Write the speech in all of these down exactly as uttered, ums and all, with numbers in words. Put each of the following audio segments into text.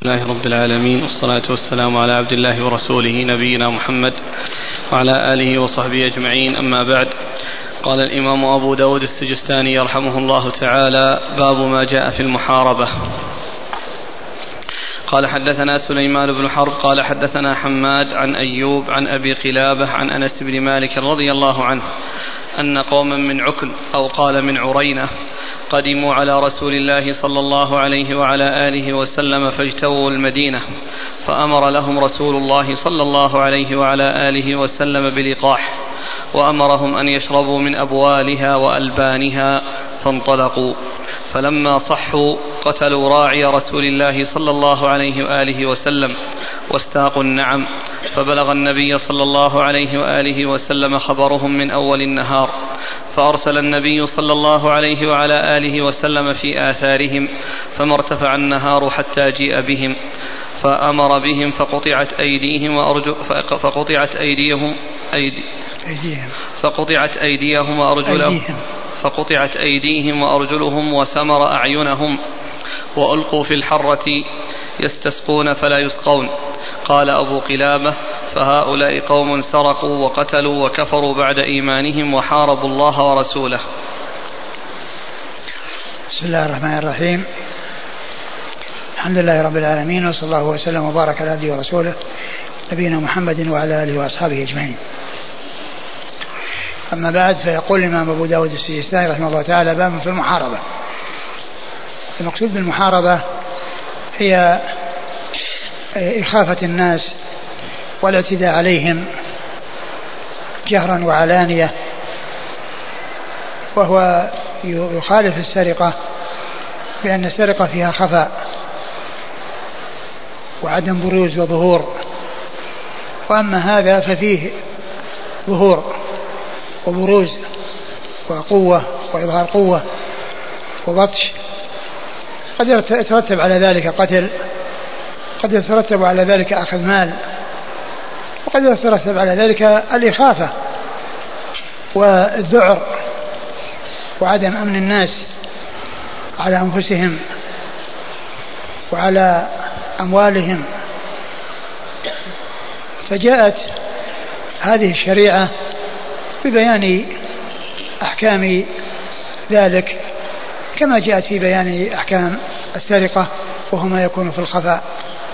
الله رب العالمين، والصلاة والسلام على عبد الله ورسوله نبينا محمد وعلى آله وصحبه أجمعين، أما بعد. قال الإمام أبو داود السجستاني رحمه الله تعالى: باب ما جاء في المحاربة. قال: حدثنا سليمان بن حرب قال حدثنا حماد عن أيوب عن أبي قلابة عن أنس بن مالك رضي الله عنه أن قوما من عكل أو قال من عرينة قدموا على رسول الله صلى الله عليه وعلى آله وسلم فاجتووا المدينة، فأمر لهم رسول الله صلى الله عليه وعلى آله وسلم بلقاح، وأمرهم أن يشربوا من أبوالها وألبانها، فانطلقوا. فلما صحوا قتلوا راعي رسول الله صلى الله عليه وآله وسلم واستاقوا النعم، فبلغ النبي صلى الله عليه وآله وسلم خبرهم من أول النهار، فأرسل النبي صلى الله عليه وعلى آله وسلم في آثارهم، فما ارتفع النهار حتى جيء بهم، فأمر بهم فقطعت أيديهم وأرجل فقطعت أيديهم أيدي فقطعت أيديهم وأرجلهم فقطعت أيديهم وأرجلهم وسمر أعينهم، وألقوا في الحرة يستسقون فلا يسقون. قال أبو قلابة: فهؤلاء قوم سرقوا وقتلوا وكفروا بعد إيمانهم وحاربوا الله ورسوله. بسم الله الرحمن الرحيم. الحمد لله رب العالمين، وصلى الله وسلم وبارك على عبده ورسوله نبينا محمد وعلى آله وأصحابه أجمعين. أما بعد، فيقول الإمام أبو داود السجستاني رحمه الله تعالى: باب في المحاربة. المقصود بالمحاربة هي إخافة الناس والاعتداء عليهم جهرا وعلانية، وهو يخالف السرقة بأن السرقة فيها خفاء وعدم بروز وظهور، وأما هذا ففيه ظهور وبروز وقوة وإظهار قوة وبطش. قد يترتب على ذلك قتل، قد يترتب على ذلك أخذ مال، وقد يترتب على ذلك الإخافة والذعر وعدم أمن الناس على أنفسهم وعلى أموالهم. فجاءت هذه الشريعة ببيان أحكام ذلك كما جاءت في بيان أحكام السرقة، وهو ما يكون في الخفاء.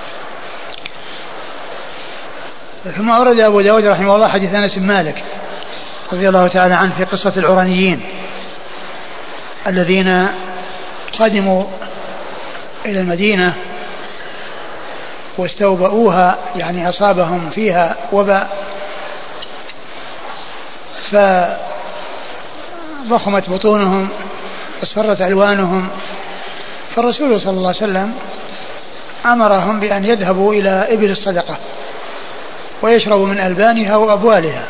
ثم أورد أبو داود رحمه الله حديث أنس بن مالك رضي الله تعالى عنه في قصة العرانيين الذين قدموا إلى المدينة واستوبؤوها، يعني أصابهم فيها وباء، فضخمت بطونهم واصفرت ألوانهم، فالرسول صلى الله عليه وسلم أمرهم بأن يذهبوا إلى إبل الصدقة ويشربوا من ألبانها وأبوالها،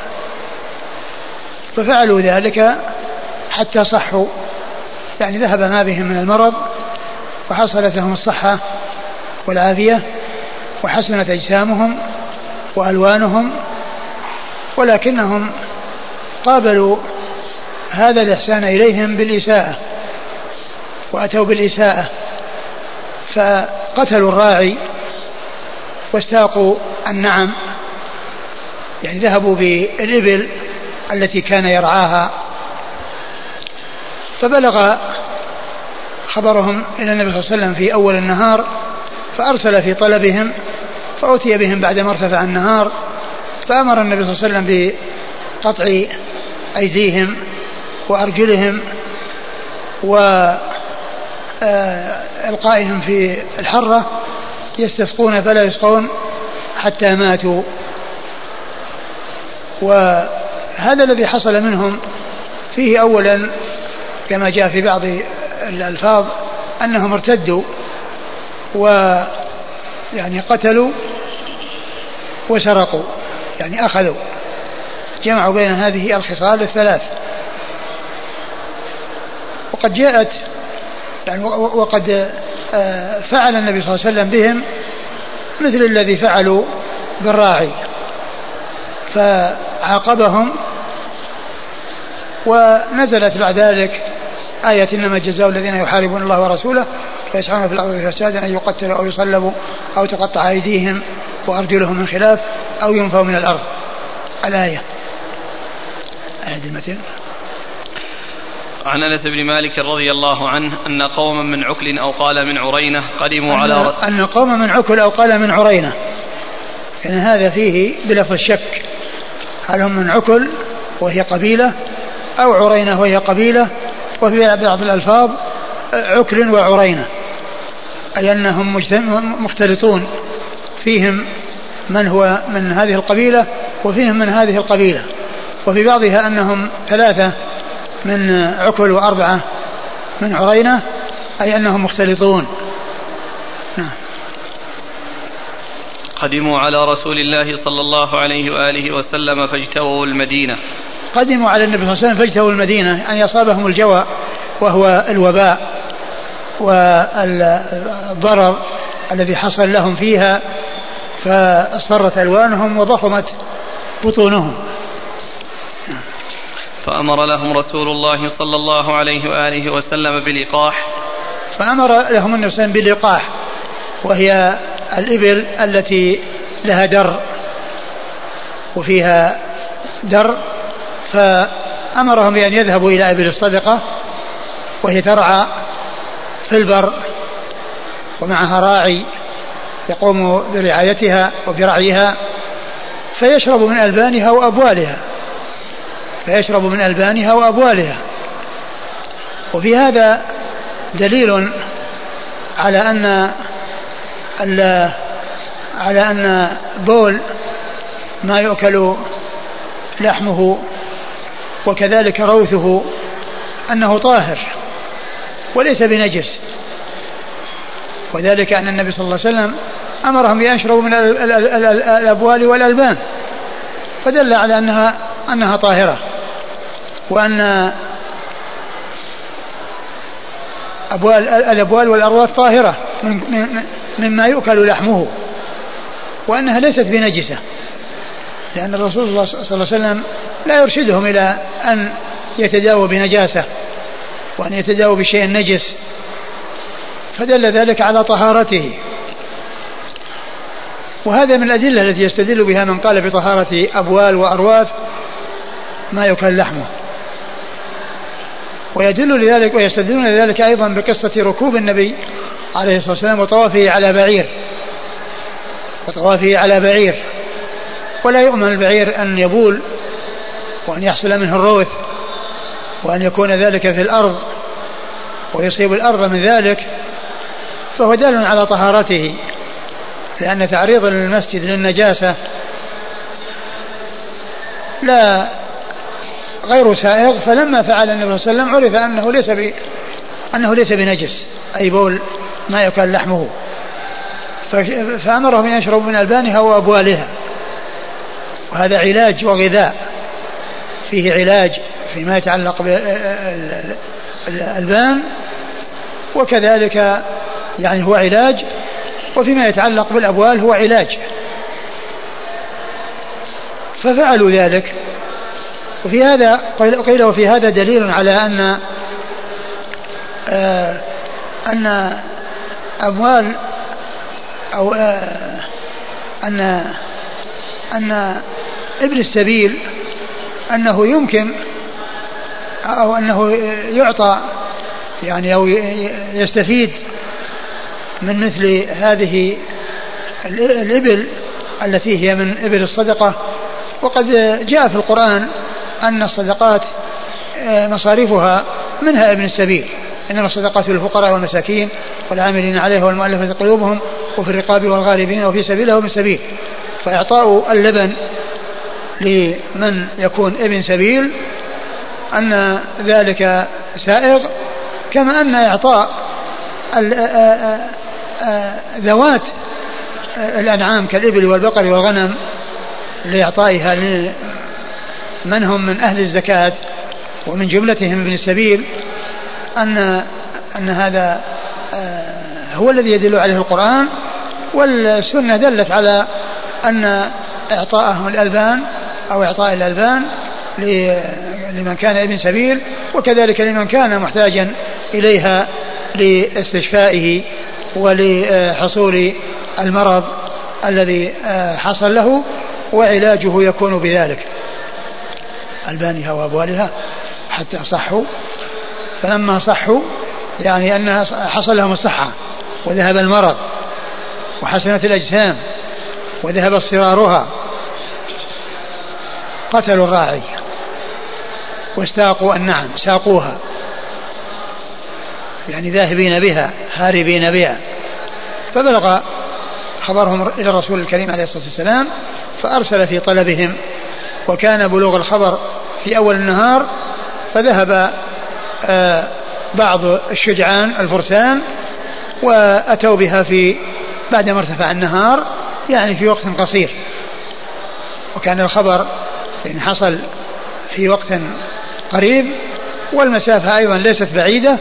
ففعلوا ذلك حتى صحوا، يعني ذهب ما بهم من المرض وحصلت لهم الصحة والعافية وحسنت أجسامهم وألوانهم، ولكنهم قابلوا هذا الإحسان إليهم بالإساءة، وأتوا بالإساءة فقتلوا الراعي واستاقوا النعم، يعني ذهبوا بالإبل التي كان يرعاها، فبلغ خبرهم إلى النبي صلى الله عليه وسلم في أول النهار، فأرسل في طلبهم، فأتي بهم بعدما ارتفع النهار، فأمر النبي صلى الله عليه وسلم بقطع أيديهم وأرجلهم وإلقائهم في الحرة يستسقون فلا يسقون حتى ماتوا. وهذا الذي حصل منهم فيه أولا كما جاء في بعض الألفاظ أنهم ارتدوا ويعني قتلوا وسرقوا، يعني أخذوا، جمعوا بين هذه الخصال الثلاث. وقد جاءت يعني وقد فعل النبي صلى الله عليه وسلم بهم مثل الذي فعلوا بالراعي، فعاقبهم، ونزلت بعد ذلك آية: إنما جزاء الذين يحاربون الله ورسوله ويسعون في الأرض فسادا أن يقتلوا أو يصلبوا أو تقطع أيديهم وأرجلهم من خلاف أو ينفوا من الأرض. الآية. أعد المتن. عن أنس بن مالك رضي الله عنه أن قوما من عكل أو قال من عرينة قدموا على رسول أن قوما من عكل أو قال من عرينة، يعني هذا فيه بلفظ الشك، هل هم من عكل وهي قبيلة أو عرينة وهي قبيلة، وفي بعض الألفاظ عكل وعرينة، أي أنهم مختلطون، فيهم من هو من هذه القبيلة وفيهم من هذه القبيلة، وفي بعضها أنهم ثلاثة من عكل وأربعة من عرينة، أي أنهم مختلطون. نعم. قدموا على رسول الله صلى الله عليه وآله وسلم فاجتووا المدينة. قدموا على النبي صلى الله عليه وسلم فاجتووا المدينة، أن يصابهم الجوع وهو الوباء والضرر الذي حصل لهم فيها، فاصفرت ألوانهم وضخمت بطونهم. فأمر لهم رسول الله صلى الله عليه وآله وسلم بلقاح. فأمر لهم النبي صلى الله عليه وسلم بلقاح، وهي الإبل التي لها در وفيها در، فأمرهم بأن يذهبوا إلى إبل الصدقة وهي ترعى في البر ومعها راعي يقوم برعايتها وبرعيها، فيشرب من ألبانها وأبوالها فيشرب من ألبانها وأبوالها. وفي هذا دليل على أن على أن بول ما يؤكل لحمه وكذلك روثه أنه طاهر وليس بنجس، وذلك أن النبي صلى الله عليه وسلم أمرهم بأن يشربوا من الأبوال والألبان، فدل على أنها أنها طاهرة، وأن أبوال الأبوال والأرواث طاهرة مما يؤكل لحمه، وأنها ليست بنجسة، لأن الرسول صلى الله عليه وسلم لا يرشدهم إلى أن يتداووا بنجاسة وأن يتداووا بشيء نجس، فدل ذلك على طهارته. وهذا من الأدلة التي يستدل بها من قال بطهارة أبوال وأرواث ما يؤكل لحمه. ويدل لذلك ويستدلون لذلك أيضا بقصة ركوب النبي عليه الصلاة والسلام وطوافه على بعير وطوافه على بعير ولا يؤمن البعير أن يبول وأن يحصل منه الروث وأن يكون ذلك في الأرض ويصيب الأرض من ذلك، فهو دال على طهارته، لأن تعريض المسجد للنجاسة لا غير سائغ. فلما فعل النبي صلى الله عليه وسلم عرف أنه ليس ب... أنه ليس بنجس، أي بول ما يأكل لحمه، ف... فأمرهم أن يشربوا من ألبانها وأبوالها، وهذا علاج وغذاء، فيه علاج فيما يتعلق بالألبان، وكذلك يعني هو علاج، وفيما يتعلق بالأبوال هو علاج، ففعلوا ذلك. وفي هذا قيل وفي هذا دليل على أن آه أن أموال أو آه أن أن ابن السبيل أنه يمكن أو أنه يعطى يعني أو يستفيد من مثل هذه الإبل التي هي من إبل الصدقة. وقد جاء في القرآن أن الصدقات مصاريفها منها ابن السبيل، إنما الصدقات للفقراء والمساكين والعاملين عليها والمؤلفة قلوبهم وفي الرقاب والغاربين وفي سبيله وابن السبيل. فإعطاء اللبن لمن يكون ابن سبيل أن ذلك سائغ، كما أن إعطاء ذوات الأنعام كالإبل والبقر والغنم لإعطائها لمن هم من أهل الزكاة ومن جملتهم ابن السبيل، أن أن هذا هو الذي يدل عليه القرآن، والسنة دلت على أن إعطاءهم الألبان أو إعطاء الألبان لمن كان ابن سبيل، وكذلك لمن كان محتاجا إليها لاستشفائه ولحصول المرض الذي حصل له، وعلاجه يكون بذلك. ألبانها وأبوالها حتى صحوا، فلما صحوا يعني أن حصل لهم الصحة وذهب المرض وحسنت الأجسام وذهب اصفرارها، قتلوا الراعي واستاقوا النعم، ساقوها يعني ذاهبين بها هاربين بها. فبلغ خبرهم إلى الرسول الكريم عليه الصلاة والسلام فأرسل في طلبهم، وكان بلوغ الخبر في أول النهار، فذهب آه بعض الشجعان الفرسان وأتوا بها في بعدما ارتفع النهار يعني في وقت قصير، وكان الخبر يعني حصل في وقت قريب والمسافة أيضا ليست بعيدة،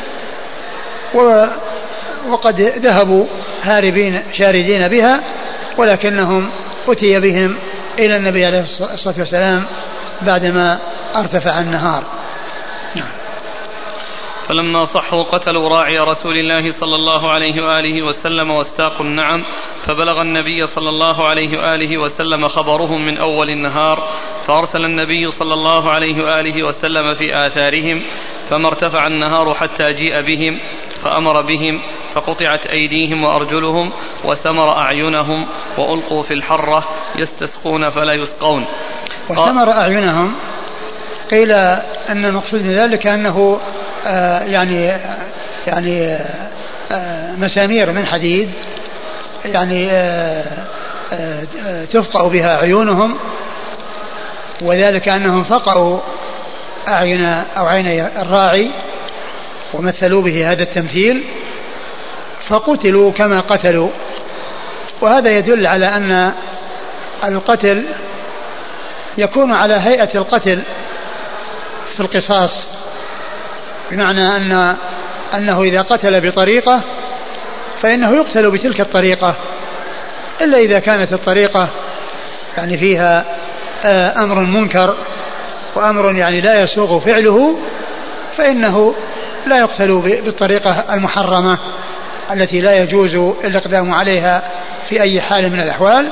وقد ذهبوا هاربين شاردين بها، ولكنهم أتي بهم إلى النبي عليه الصلاة والسلام بعدما ارتفع النهار. نعم. فلما صحوا قتلوا راعي رسول الله صلى الله عليه وآله وسلم واستاقوا النعم، فبلغ النبي صلى الله عليه وآله وسلم خبرهم من أول النهار، فأرسل النبي صلى الله عليه وآله وسلم في آثارهم، فما ارتفع النهار حتى جيء بهم فأمر بهم، فقطعت أيديهم وأرجلهم وثمر أعينهم وألقوا في الحرة يستسقون فلا يسقون. وثمر أعينهم قيل أن المقصود من ذلك أنه آه يعني يعني آه مسامير من حديد يعني آه آه تفقأ بها عيونهم، وذلك أنهم فقأوا أعين أو عين الراعي ومثلوا به هذا التمثيل فقتلوا كما قتلوا. وهذا يدل على أن القتل يكون على هيئة القتل في القصاص، بمعنى أن أنه إذا قتل بطريقة فإنه يقتل بتلك الطريقة، إلا إذا كانت الطريقة يعني فيها أمر منكر وأمر يعني لا يسوغ فعله، فإنه لا يقتل بالطريقة المحرمة التي لا يجوز الإقدام عليها في أي حال من الأحوال.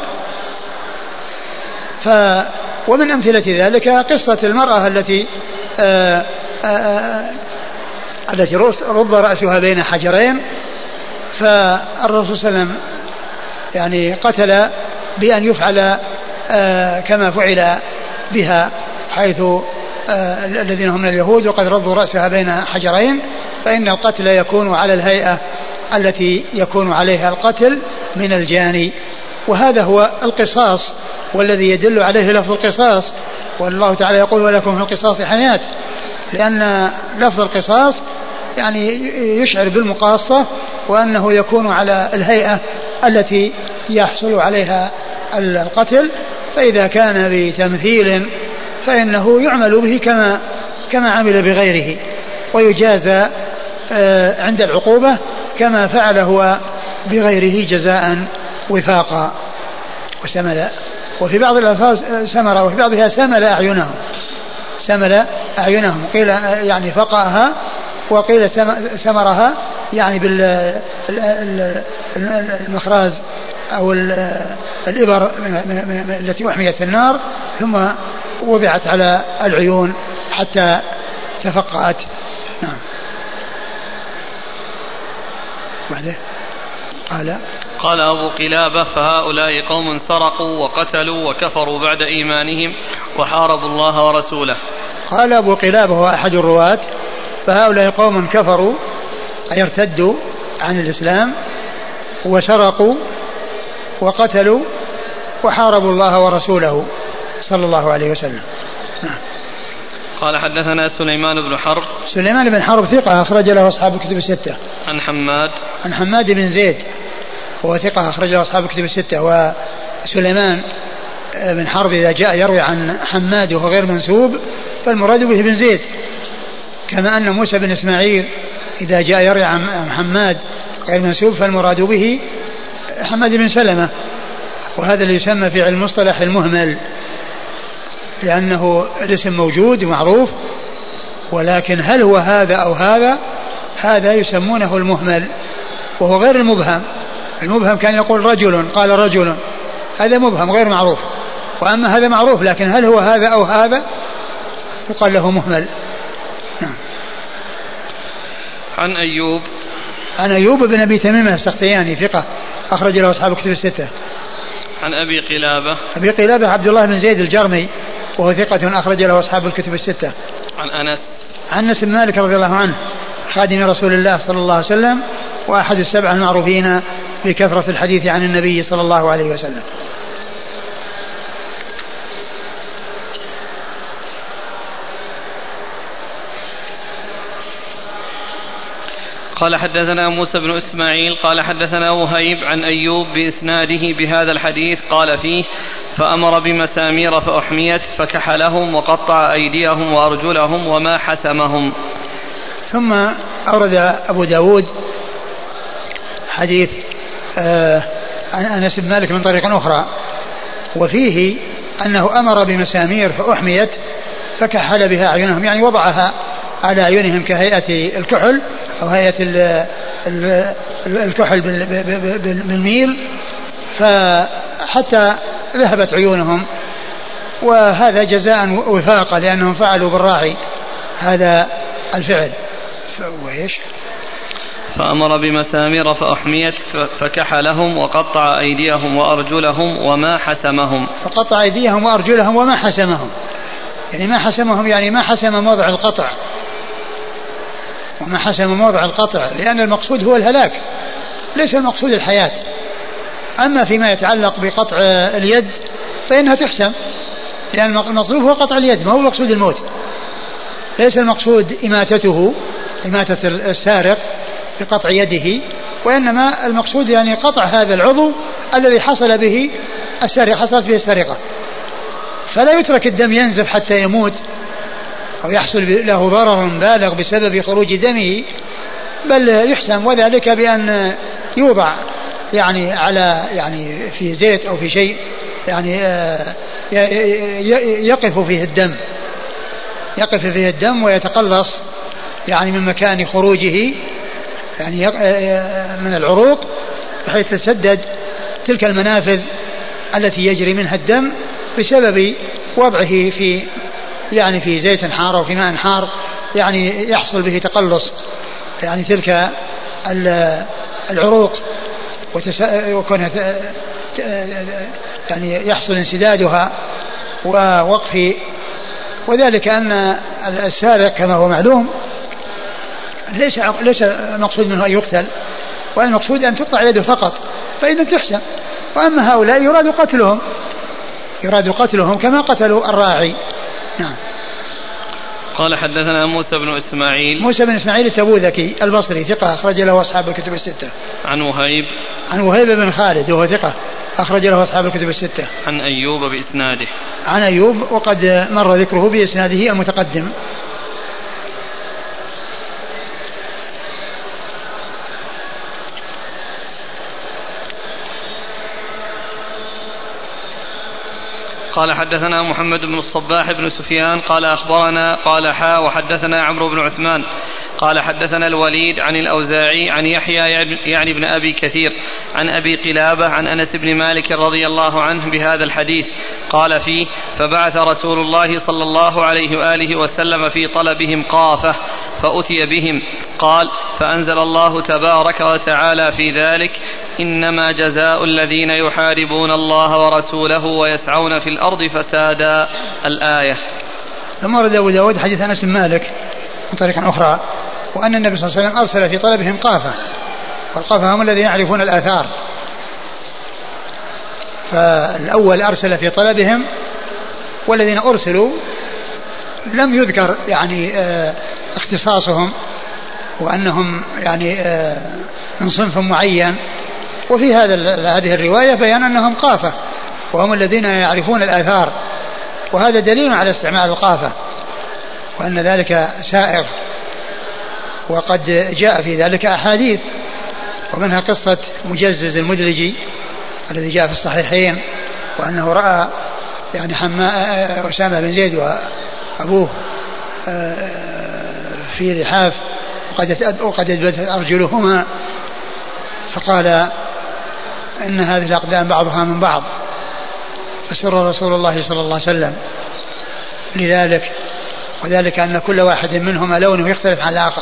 ف ومن أمثلة ذلك قصة المرأة التي آآ آآ التي رض رأسها بين حجرين، فالرسول صلى الله عليه وسلم يعني قتل بأن يفعل كما فعل بها، حيث الذين هم من اليهود وقد رضوا رأسها بين حجرين، فإن القتل يكون على الهيئة التي يكون عليها القتل من الجاني، وهذا هو القصاص والذي يدل عليه لفظ القصاص. والله تعالى يقول ولكم في القصاص حياة، لأن لفظ القصاص يعني يشعر بالمقاصة وأنه يكون على الهيئة التي يحصل عليها القتل، فإذا كان بتمثيل فإنه يعمل به كما كما عمل بغيره، ويجازى عند العقوبة كما فعل هو بغيره جزاء وفاقا. وسمل، وفي بعض الألفاظ سمر، وفي بعضها سمل أعينهم، سمل أعينهم، قيل يعني فقأها وقيل سمرها يعني بالمخراز أو الإبر التي أحميت في النار ثم وضعت على العيون حتى تفقأت. نعم. بعده قال قال أبو قلابة فهؤلاء قوم سرقوا وقتلوا وكفروا بعد إيمانهم وحاربوا الله ورسوله. قال أبو قلابة هو أحد الرواة فهؤلاء قوم كفروا أي ارتدوا عن الإسلام وسرقوا وقتلوا وحاربوا الله ورسوله صلى الله عليه وسلم. قال حدثنا سليمان بن حرب. سليمان بن حرب ثقة أخرج له أصحاب الكتب الستة. عن حماد. عن حماد بن زيد وهو ثقة أخرج له أصحاب الكتب الستة. وسليمان بن حرب إذا جاء يروي عن حماد وهو غير منسوب فالمراد به بن زيد، كما أن موسى بن إسماعيل إذا جاء يروي عن حماد غير منسوب فالمراد به حماد بن سلمة، وهذا اللي يسمى في علم المصطلح المهمل، لأنه الاسم موجود ومعروف، ولكن هل هو هذا أو هذا هذا يسمونه المهمل وهو غير المبهم. المبهم كان يقول رجل قال رجل، هذا مبهم غير معروف. وأما هذا معروف، لكن هل هو هذا أو هذا يقال له مهمل. نعم. عن أيوب عن أيوب بن أبي تميمة السختياني ثقة أخرج له أصحاب الكتب الستة. عن أبي قلابة أبي قلابة عبد الله بن زيد الجرمي وهو ثقة أخرج له أصحاب الكتب الستة. عن أنس عن أنس بن مالك رضي الله عنه خادم رسول الله صلى الله عليه وسلم وأحد السبع المعروفين بكثرة الحديث عن النبي صلى الله عليه وسلم. قال حدثنا موسى بن إسماعيل قال حدثنا وهيب عن أيوب بإسناده بهذا الحديث قال فيه: فأمر بمسامير فأحميت فكحلهم وقطع أيديهم وأرجلهم وما حسمهم. ثم أورد أبو داود حديث آه عن أنس بن مالك من طريق أخرى، وفيه أنه أمر بمسامير فأحميت فكحل بها أعينهم، يعني وضعها على أعينهم كهيئة الكحل أو هيئة الكحل بالميل، فحتى ذهبت عيونهم، وهذا جزاء وفاقا لأنهم فعلوا بالراعي هذا الفعل. وإيش؟ فأمر بمسامير فأحميت فكحلهم وقطع أيديهم وأرجلهم وما حسمهم. فقطع أيديهم وأرجلهم وما حسمهم، يعني ما حسمهم يعني ما حسم موضع القطع، وما حسم موضع القطع، لأن المقصود هو الهلاك ليس المقصود الحياة. أما فيما يتعلق بقطع اليد فإنها تحسم، لأن المطلوب هو قطع اليد ما هو مقصود الموت. ليس المقصود إماتته إماتة السارق بقطع يده، وإنما المقصود يعني قطع هذا العضو الذي حصل به السرقة حصلت به السرقة، فلا يترك الدم ينزف حتى يموت أو يحصل له ضرر بالغ بسبب خروج دمه، بل يحسم، وذلك بأن يوضع يعني على يعني في زيت أو في شيء يعني يقف فيه الدم يقف فيه الدم ويتقلص يعني من مكان خروجه يعني من العروق، بحيث تسدد تلك المنافذ التي يجري منها الدم بسبب وضعه في يعني في زيت حار أو في ماء حار، يعني يحصل به تقلص يعني تلك العروق وكونها يعني يحصل انسدادها ووقف. وذلك أن السارق كما هو معلوم ليس ليس المقصود منه أن يقتل، والمقصود أن تقطع يده فقط، فإذا تحسن. وأما هؤلاء يراد قتلهم يراد قتلهم كما قتلوا الراعي. نعم. قال حدثنا موسى بن إسماعيل موسى بن إسماعيل التبوذكي البصري ثقة أخرج له أصحاب الكتب الستة. عن وهيب عن وهيب بن خالد وهو ثقة أخرج له أصحاب الكتب الستة. عن أيوب بإسناده عن أيوب وقد مر ذكره بإسناده المتقدم. قال حدثنا محمد بن الصباح بن سفيان قال أخبرنا قال حا وحدثنا عمرو بن عثمان قال حدثنا الوليد عن الأوزاعي عن يحيى يعني ابن أبي كثير عن أبي قلابة عن أنس بن مالك رضي الله عنه بهذا الحديث قال فيه: فبعث رسول الله صلى الله عليه وآله وسلم في طلبهم قافة فأتي بهم، قال: فأنزل الله تبارك وتعالى في ذلك: إنما جزاء الذين يحاربون الله ورسوله ويسعون في الأرض فسادا. الآية. ثم ورد أبو داود حديث أنس بن مالك من طريق أخرى، وأن النبي صلى الله عليه وسلم أرسل في طلبهم قافة، والقافة هم الذين يعرفون الآثار. فالأول أرسل في طلبهم، والذين أرسلوا لم يذكر يعني اه اختصاصهم وأنهم يعني اه من صنف معين. وفي هذا هذه الرواية بيان أنهم قافة وهم الذين يعرفون الآثار، وهذا دليل على استعمال القافة وأن ذلك سائغ. وقد جاء في ذلك أحاديث، ومنها قصة مجزز المدلجي الذي جاء في الصحيحين، وأنه رأى يعني أسامة بن زيد وأبوه في رحاف وقد أدبت أرجلهما، فقال إن هذه الأقدام بعضها من بعض، فسر رسول الله صلى الله عليه وسلم لذلك، وذلك أن كل واحد منهما لونه يختلف عن الآخر.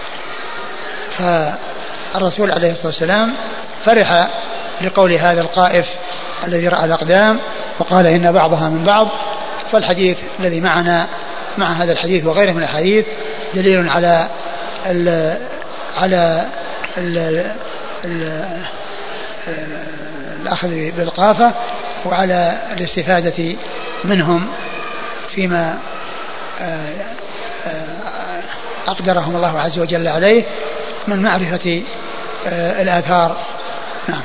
فالرسول عليه الصلاة والسلام فرح لقول هذا القائف الذي رأى الأقدام وقال إن بعضها من بعض. فالحديث الذي معنا مع هذا الحديث وغيره من الحديث دليل على ال على ال ال الأخذ بالقافة وعلى الاستفادة منهم فيما أقدرهم الله عز وجل عليه من معرفة الآثار. نعم.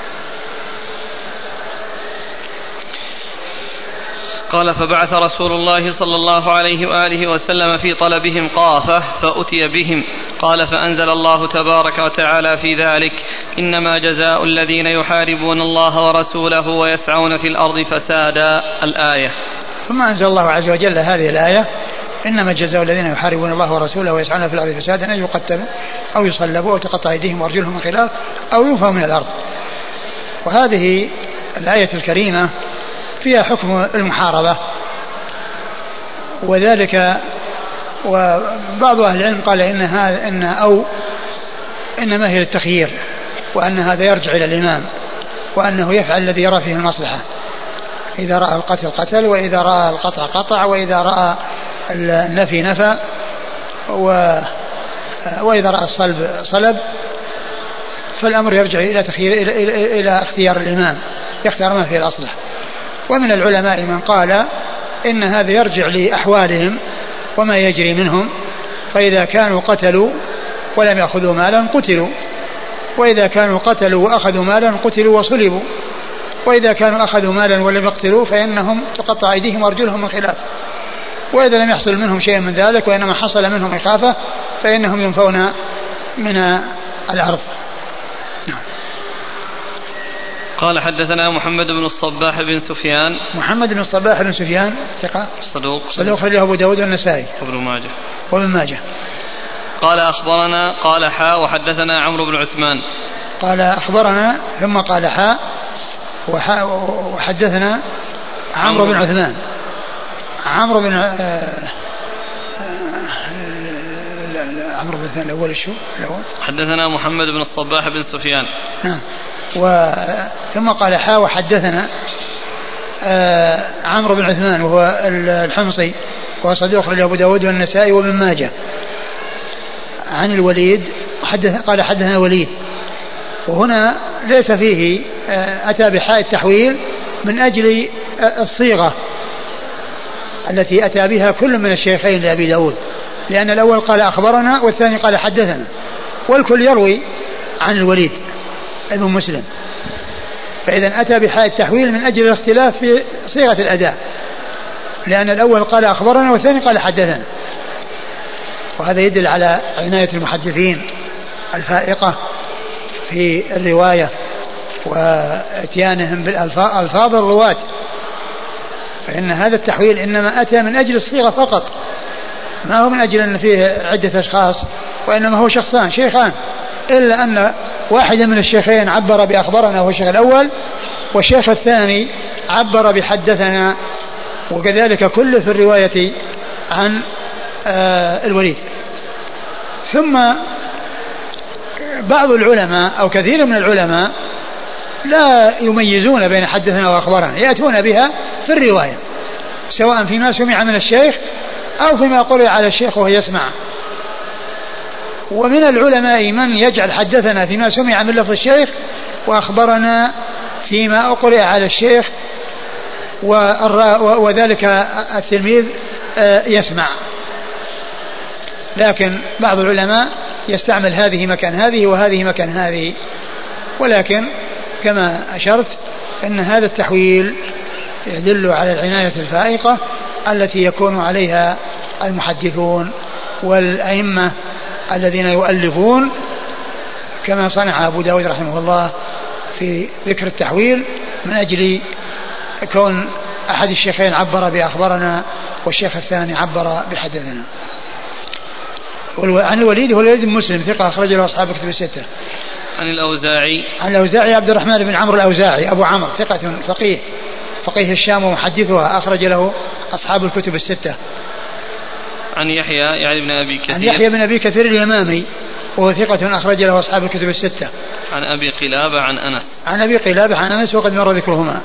قال فبعث رسول الله صلى الله عليه وآله وسلم في طلبهم قافة فأتي بهم. قال فأنزل الله تبارك وتعالى في ذلك إنما جزاء الذين يحاربون الله ورسوله ويسعون في الأرض فسادا الآية. ثم أنزل الله عز وجل هذه الآية إنما جزاء الذين يحاربون الله ورسوله ويسعون في الأرض فسادا أن يقتلوا أو يصلبوا أو تقطع أيديهم وأرجلهم من خلاف أو ينفوا من الأرض. وهذه الآية الكريمة فيها حكم المحاربة، وذلك وبعض أهل العلم قال إن هذا إن أو إنما هي للتخيير، وأن هذا يرجع إلى الإمام وأنه يفعل الذي يرى فيه المصلحة، إذا رأى القتل قتل، وإذا رأى القطع قطع، وإذا رأى النفي نفى، وإذا رأى الصلب صلب. فالأمر يرجع إلى تخيير إلى, إلى, إلى اختيار الإمام، يختار ما فيه الأصلح. ومن العلماء من قال إن هذا يرجع لأحوالهم وما يجري منهم، فإذا كانوا قتلوا ولم يأخذوا مالا قتلوا، وإذا كانوا قتلوا وأخذوا مالا قتلوا وصلبوا، وإذا كانوا أخذوا مالا ولم يقتلوا فإنهم تقطع أيديهم وأرجلهم من خلاف، وإذا لم يحصل منهم شيء من ذلك وإنما حصل منهم إخافة فإنهم ينفون من الأرض. قال حدثنا محمد بن الصباح بن سفيان. محمد بن الصباح بن سفيان ثقة صدوق صدوق خرجه أبو داود والنسائي وابن ماجه وابن ماجه. قال أخبرنا قال حاء وحدثنا عمرو بن عثمان. قال أخبرنا ثم قال حاء وحدثنا عمرو بن عثمان. عمرو بن عمرو بن عثمان الأول شو الأول حدثنا محمد بن الصباح بن سفيان. نعم. ثم قال حا وحدثنا عمرو بن عثمان وهو الحمصي وهو صدوق أخرجه أبو داود والنسائي وابن ماجه عن الوليد حدث قال حدثنا وليد، وهنا ليس فيه أتى بحاء التحويل من أجل الصيغة التي أتى بها كل من الشيخين لأبي داود، لأن الأول قال أخبرنا والثاني قال حدثنا، والكل يروي عن الوليد ابن مسلم، فإذا أتى بحاء التحويل من أجل الاختلاف في صيغة الأداء، لأن الأول قال أخبرنا والثاني قال حدثنا. وهذا يدل على عناية المحدثين الفائقة في الرواية واتيانهم بالألفاظ الرواة، فإن هذا التحويل إنما أتى من أجل الصيغة فقط، ما هو من أجل أن فيه عدة أشخاص، وإنما هو شخصان شيخان، إلا أن واحدا من الشيخين عبر بأخبرنا هو الشيخ الأول، والشيخ الثاني عبر بحدثنا، وكذلك كل في الرواية عن آه الوليد. ثم بعض العلماء أو كثير من العلماء لا يميزون بين حدثنا وأخبرنا، يأتون بها في الرواية سواء فيما سمع من الشيخ أو فيما قرئ على الشيخ وهو يسمع. ومن العلماء من يجعل حدثنا فيما سمع من لفظ الشيخ وأخبرنا فيما أقرئ على الشيخ وذلك التلميذ يسمع. لكن بعض العلماء يستعمل هذه مكان هذه وهذه مكان هذه، ولكن كما أشرت أن هذا التحويل يدل على العناية الفائقة التي يكون عليها المحدثون والأئمة الذين يؤلفون، كما صنع أبو داود رحمه الله في ذكر التحويل من أجل كون أحد الشيخين عبر بأخبرنا والشيخ الثاني عبر بحدثنا. عن الوليد هو الوليد بن مسلم ثقة أخرج له أصحاب الكتب الستة. عن الأوزاعي عن الأوزاعي عبد الرحمن بن عمرو الأوزاعي أبو عمرو ثقة فقيه فقيه الشام ومحدثها أخرج له أصحاب الكتب الستة. عن يحيى يعني بن أبي كثير عن يحيى بن أبي كثير اليمامي وهو ثقة أخرج له أصحاب الكتب الستة. عن أبي قلابة عن أنس عن أبي قلابة عن أنس وقد مر ذكرهما.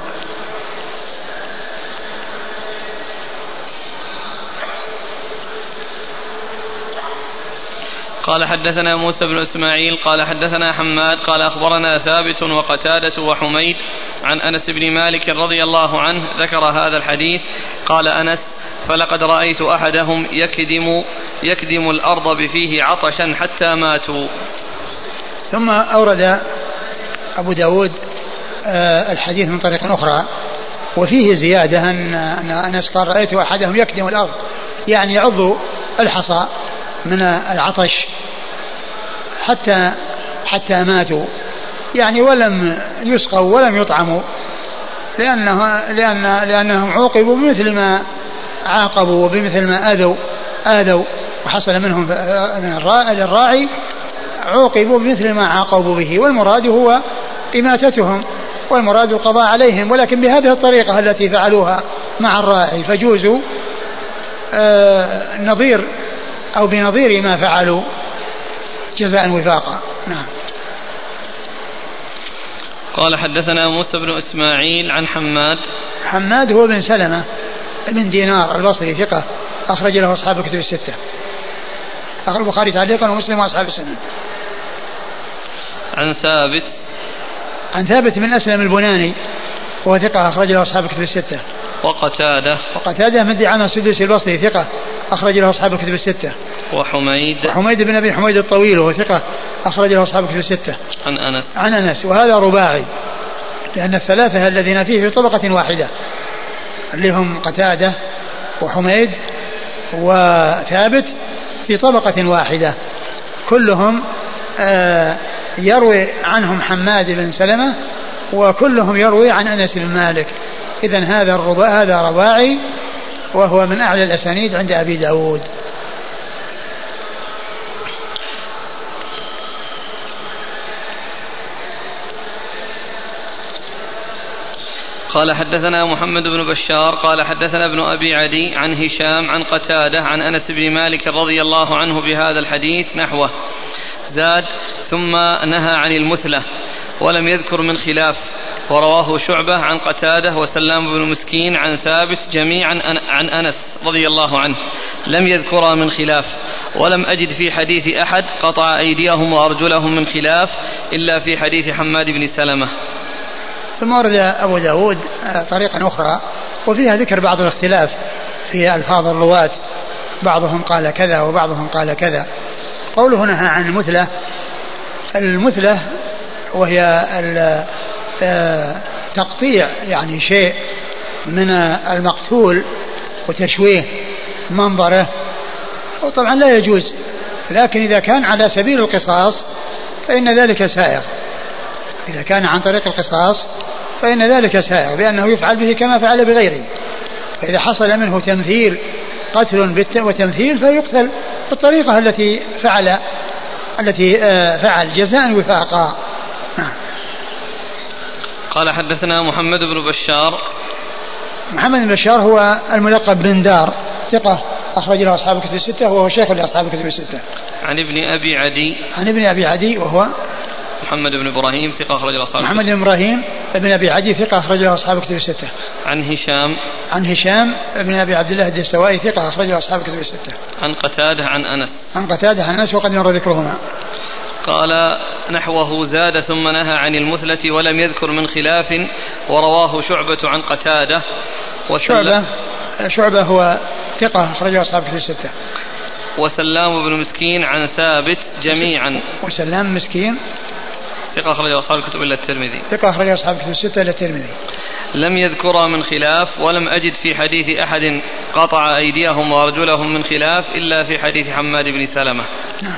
قال حدثنا موسى بن إسماعيل قال حدثنا حماد قال أخبرنا ثابت وقتادة وحميد عن أنس بن مالك رضي الله عنه ذكر هذا الحديث. قال أنس فلقد رأيت أحدهم يكدم يكدم الأرض بفيه عطشا حتى ماتوا. ثم أورد أبو داود الحديث من طريق أخرى وفيه زيادة أن أنس قال رأيت أحدهم يكدم الأرض يعني يعض الحصى من العطش حتى حتى ماتوا يعني ولم يسقوا ولم يطعموا لأنه لأن لأنهم عوقبوا بمثل ما عاقبوا وبمثل ما آذوا آذوا وحصل منهم من الراعي عوقبوا بمثل ما عاقبوا به والمراد هو إماتتهم والمراد القضاء عليهم ولكن بهذه الطريقة التي فعلوها مع الراعي فجوزوا آه نظير أو بنظير ما فعلوا جزاء وفاقا. نعم. قال حدثنا موسى بن إسماعيل عن حماد حماد هو بن سلمة بن دينار البصري ثقة أخرج له أصحاب الكتب الستة أخرج البخاري تعليقا ومسلم وأصحاب السنن. عن ثابت عن ثابت من أسلم البناني وهو ثقة أخرج له أصحاب الكتب الستة. وقتادة وقتادة من دعامة السدوسي البصري ثقة أخرج له أصحاب الكتب الستة. وحميد وحميد بن أبي حميد الطويل وهو ثقة أخرج له أصحاب الكتب الستة. عن أنس عن أنس وهذا رباعي لأن الثلاثة الذين فيه في طبقة واحدة اللي هم قتادة وحميد وثابت في طبقة واحدة كلهم آه يروي عنهم حماد بن سلمة وكلهم يروي عن أنس بن مالك. إذن هذا الرباعي هذا رباعي وهو من أعلى الأسانيد عند أبي داود. قال حدثنا محمد بن بشار قال حدثنا ابن أبي عدي عن هشام عن قتادة عن أنس بن مالك رضي الله عنه بهذا الحديث نحوه زاد ثم نهى عن المثلة ولم يذكر من خلاف ورواه شعبة عن قتادة وسلام بن مسكين عن ثابت جميعا عن أنس رضي الله عنه لم يذكر من خلاف ولم أجد في حديث أحد قطع أيديهم وأرجلهم من خلاف إلا في حديث حماد بن سلمة. ثم ورد أبو داود طريقا أخرى وفيها ذكر بعض الاختلاف في ألفاظ الرواة بعضهم قال كذا وبعضهم قال كذا. قوله نهى عن المثلة المثلة وهي تقطيع يعني شيء من المقتول وتشويه منظره وطبعا لا يجوز لكن إذا كان على سبيل القصاص فإن ذلك سائغ إذا كان عن طريق القصاص فإن ذلك سائغ بأنه يفعل به كما فعل بغيره. فإذا حصل منه تمثيل قتل وتمثيل فيقتل بالطريقة التي فعل التي فعل جزاء وفاقا. قال حدثنا محمد بن بشار محمد بن بشار هو الملقب بن دار ثقة أخرج له أصحاب الكتب الستة وهو شيخ لأصحاب الكتب الستة. عن ابن أبي عدي عن ابن أبي عدي وهو محمد بن إبراهيم ثقة أخرج له أصحاب محمد بن إبراهيم ابن أبي عدي ثقة أخرج له أصحاب الكتب الستة. عن هشام عن هشام ابن أبي عبد الله الدستوائي ثقة أخرج له أصحاب الكتب الستة. عن قتادة عن أنس عن قتادة عن أنس وقد مر ذكرهما. قال نحوه زاد ثم نهى عن المثلة ولم يذكر من خلاف ورواه شعبة عن قتادة شعبة شعبة هو ثقة أخرجه أصحاب الكتب الستة. وسلام بن مسكين عن ثابت جميعا وسلام مسكين ثقة أخرجه أصحاب الكتب إلا الترمذي ثقة أخرجه أصحاب الكتب الستة إلا الترمذي. لم يذكر من خلاف ولم أجد في حديث أحد قطع أيديهم وأرجلهم من خلاف إلا في حديث حماد بن سلمة. نعم.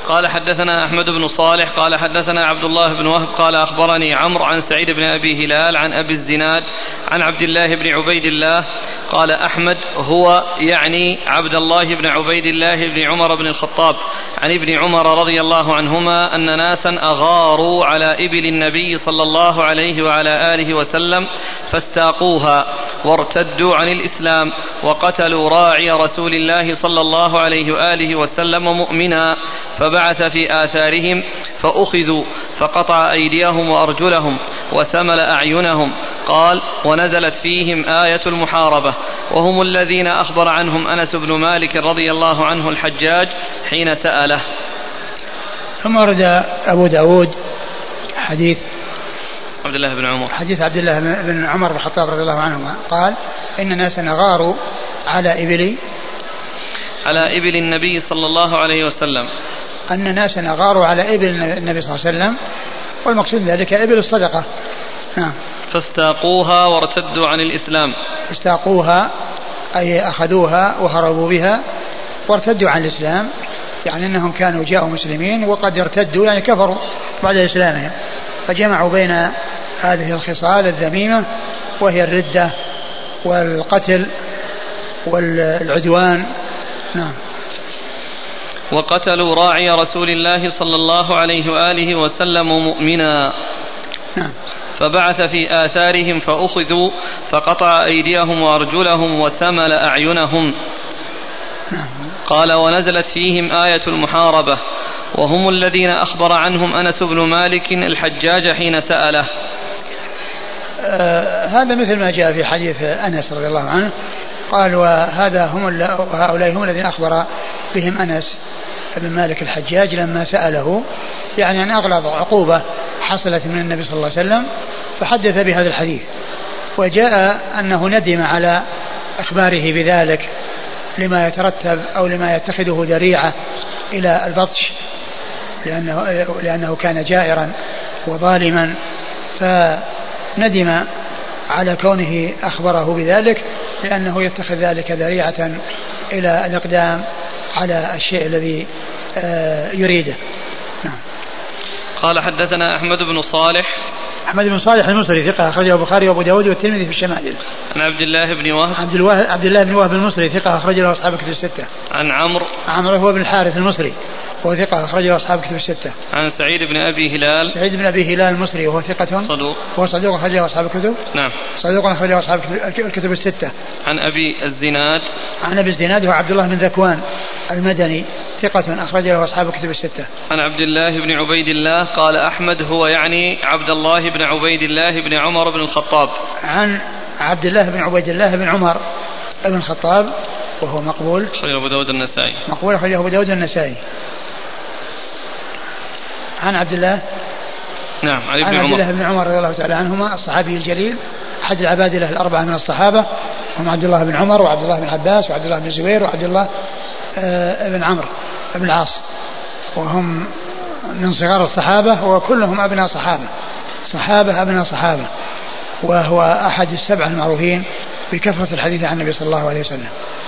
قال حدثنا أحمد بن صالح قال حدثنا عبد الله بن وهب قال أخبرني عمرو عن سعيد بن أبي هلال عن أبي الزناد عن عبد الله بن عبيد الله قال أحمد هو يعني عبد الله بن عبيد الله بن عمر بن الخطاب عن ابن عمر رضي الله عنهما أن ناسا أغاروا على إبل النبي صلى الله عليه وعلى آله وسلم فاستاقوها وارتدوا عن الإسلام وقتلوا راعي رسول الله صلى الله عليه وآله وسلم مؤمنا فبعث في آثارهم فأخذوا فقطع أيديهم وأرجلهم وسمل أعينهم. قال ونزلت فيهم آية المحاربة وهم الذين أخبر عنهم أنس بن مالك رضي الله عنه الحجاج حين سأله. ثم ورد أبو داود حديث عبد الله بن عمر حديث عبد الله بن عمر بن الخطاب رضي الله عنهما قال إن ناسا غاروا على إبل على إبل النبي صلى الله عليه وسلم أن ناسا غاروا على إبل النبي صلى الله عليه وسلم والمقصود ذلك إبل الصدقة. نعم. فاستاقوها وارتدوا عن الإسلام. استاقوها أي أخذوها وهربوا بها وارتدوا عن الإسلام يعني أنهم كانوا جاءوا مسلمين وقد ارتدوا يعني كفروا بعد إسلامهم فجمعوا بين هذه الخصال الذميمة وهي الردة والقتل والعدوان. نعم. وقتلوا راعي رسول الله صلى الله عليه وآله وسلم مؤمنا. نعم. فبعث في آثارهم فأخذوا فقطع أيديهم وأرجلهم وسمل أعينهم. نعم. قال ونزلت فيهم آية المحاربة وهم الذين أخبر عنهم أنس بن مالك الحجاج حين سأله. آه هذا مثل ما جاء في حديث أنس رضي الله عنه قال وهذا هم وهؤلاء هم الذين أخبر بهم أنس بن مالك الحجاج لما سأله يعني أن أغلظ عقوبة حصلت من النبي صلى الله عليه وسلم فحدث بهذا الحديث. وجاء أنه ندم على إخباره بذلك لما يترتب أو لما يتخذه ذريعة إلى البطش لأنه, لأنه كان جائرا وظالما فندم على كونه أخبره بذلك لأنه يتخذ ذلك ذريعة إلى الإقدام على الشيء الذي يريده. نعم. قال حدثنا أحمد بن صالح أحمد بن صالح المصري ثقة أخرجه البخاري وأبو داود والترمذي في الشمائل. عن عبد الله بن وهب عبد, الوهب عبد الله بن وهب المصري ثقة أخرجه له أصحاب الكتب الستة. عن عمرو عمرو هو بن الحارث المصري وهو ثقة أخرجه أصحاب الكتب الستة. عن سعيد بن أبي هلال سعيد بن أبي هلال المصري وهو ثقة صدوق وهو صدوق أخرجه أصحاب الكتب. نعم. صدوق أخرجه أصحاب الكتب الستة. عن أبي الزناد عن أبي الزناد هو عبد الله بن ذكوان المدني ثقة أخرجه له أصحاب الكتب الستة. عن عبد الله بن عبيد الله قال أحمد هو يعني عبد الله بن عبيد الله بن عمر بن الخطاب. عن عبد الله بن عبيد الله بن عمر بن الخطاب وهو مقبول أخرجه أبو داود النسائي. مقبول أخرجه أبو داود النسائي. عن عبد الله نعم عن, عن عبد الله بن عمر رضي الله تعالى عنهما الصحابي الجليل أحد العبادلة الأربعة من الصحابة هم عبد الله بن عمر وعبد الله بن عباس وعبد الله بن زبير وعبد الله بن عمرو بن العاص وهم من صغار الصحابة وكلهم أبناء صحابة صحابة أبناء صحابة وهو أحد السبعة المعروفين بكثرة الحديث عن النبي صلى الله عليه وسلم.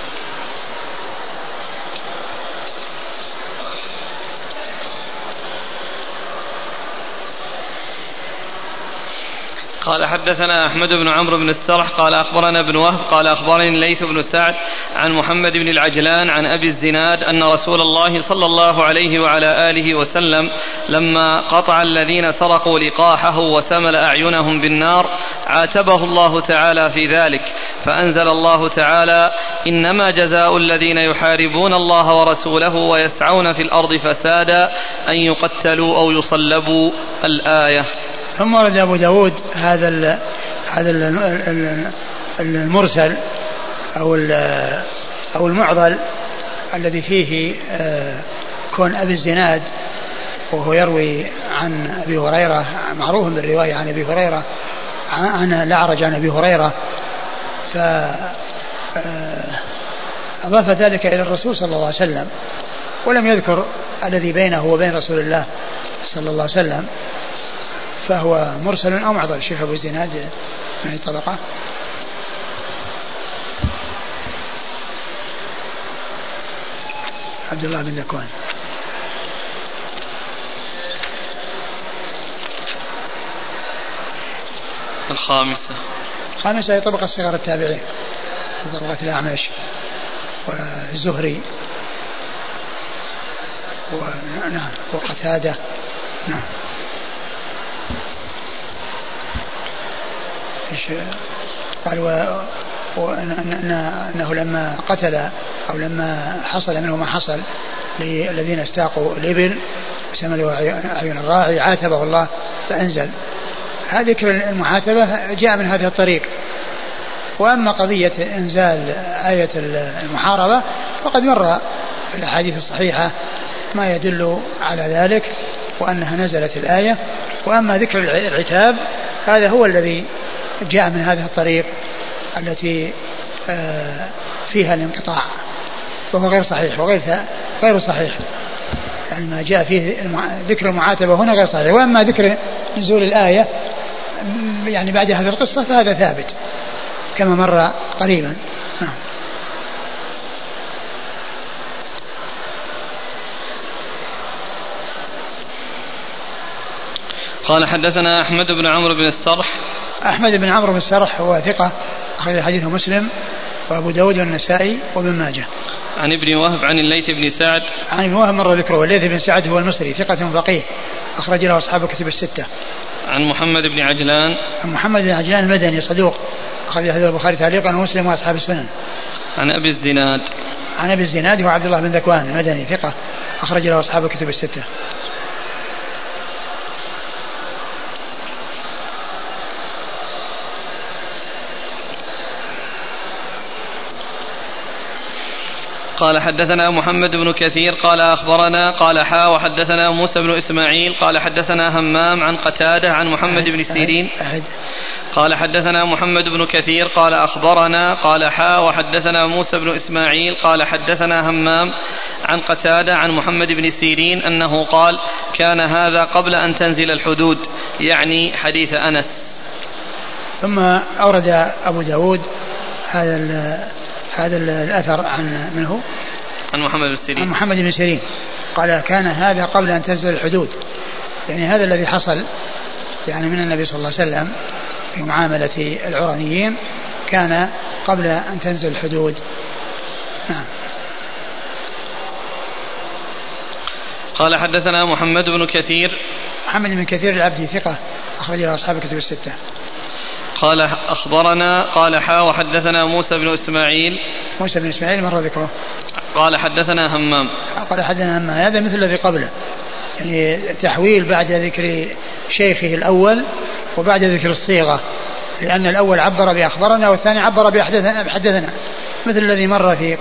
قال حدثنا أحمد بن عمرو بن السرح قال أخبرنا ابن وهب قال أخبرني الليث بن سعد عن محمد بن العجلان عن أبي الزناد أن رسول الله صلى الله عليه وعلى آله وسلم لما قطع الذين سرقوا لقاحه وسمل أعينهم بالنار عاتبه الله تعالى في ذلك فأنزل الله تعالى إنما جزاء الذين يحاربون الله ورسوله ويسعون في الأرض فسادا أن يقتلوا أو يصلبوا الآية. ثم ورد أبو داود هذا ال هذا ال المرسل أو أو المعضل الذي فيه كون أبي الزناد وهو يروي عن أبي هريرة معروف بالرواية عن أبي هريرة عن الأعرج عن أبي هريرة فأضاف ذلك إلى الرسول صلى الله عليه وسلم ولم يذكر الذي بينه وبين رسول الله صلى الله عليه وسلم فهو مرسل أو معضل. شيخ أبو الزناد من الطبقة عبد الله بن ذكوان الخامسة الخامسة هي طبقة صغار التابعين، طبقة الأعمش والزهري ونعم وقتادة. نعم. إيش قال؟ وأنه لما قتل أو لما حصل منه ما حصل للذين استاقوا الإبل وسملوا أعين الراعي عاتبه الله فأنزل. هذه ذكر المعاتبة جاء من هذه الطريق. وأما قضية إنزال آية المحاربة فقد مر في الأحاديث الصحيحة ما يدل على ذلك وأنها نزلت الآية. وأما ذكر العتاب هذا هو الذي جاء من هذه الطريق التي فيها الانقطاع، وهو غير صحيح وغير غير صحيح، يعني ما جاء فيه ذكر المعاتبة هنا غير صحيح. وأما ذكر نزول الآية يعني بعد هذه القصة فهذا ثابت كما مر قريبا. نعم. قال حدثنا أحمد بن عمرو بن السرح. أحمد بن عمرو بن السرح هو ثقة أخرج حديثه مسلم وأبو داود والنسائي وابن ماجه. عن ابن وهب عن الليث بن سعد. عن ابن وهب مر ذكره. الليث بن سعد هو المصري ثقة فقيه أخرج له أصحاب الكتب الستة. عن محمد بن عجلان. عن محمد بن عجلان المدني صدوق أخرج حديث البخاري تعليقا ومسلم وأصحاب السنن. عن أبي الزناد. عن أبي الزناد هو عبد الله بن ذكوان المدني ثقة أخرج له أصحاب الكتب الستة. قال حدثنا محمد بن كثير قال أخبرنا قال حا وحدثنا موسى بن إسماعيل قال حدثنا همام عن قتادة عن محمد بن سيرين قال حدثنا محمد بن كثير قال أخبرنا قال حا وحدثنا موسى بن إسماعيل قال حدثنا همام عن قتادة عن محمد بن سيرين أنه قال كان هذا قبل أن تنزل الحدود، يعني حديث أنس. ثم أورد أبو داود هذا هذا الأثر عن منه عن محمد بن سيرين عن محمد بن سيرين قال كان هذا قبل أن تنزل الحدود، يعني هذا الذي حصل يعني من النبي صلى الله عليه وسلم في معاملة العرنيين كان قبل أن تنزل الحدود. نعم. قال حدثنا محمد بن كثير. محمد بن كثير العبدي ثقة أخرج له أصحاب الكتب الستة. قال أخبرنا قال حا وحدثنا موسى بن إسماعيل. موسى بن إسماعيل مر ذكره. قال حدثنا همام. قال حدثنا همام هذا مثل الذي قبله، يعني تحويل بعد ذكر شيخه الأول وبعد ذكر الصيغة، لأن الأول عبر بأخبرنا والثاني عبر بحدثنا بحدثنا مثل الذي مر في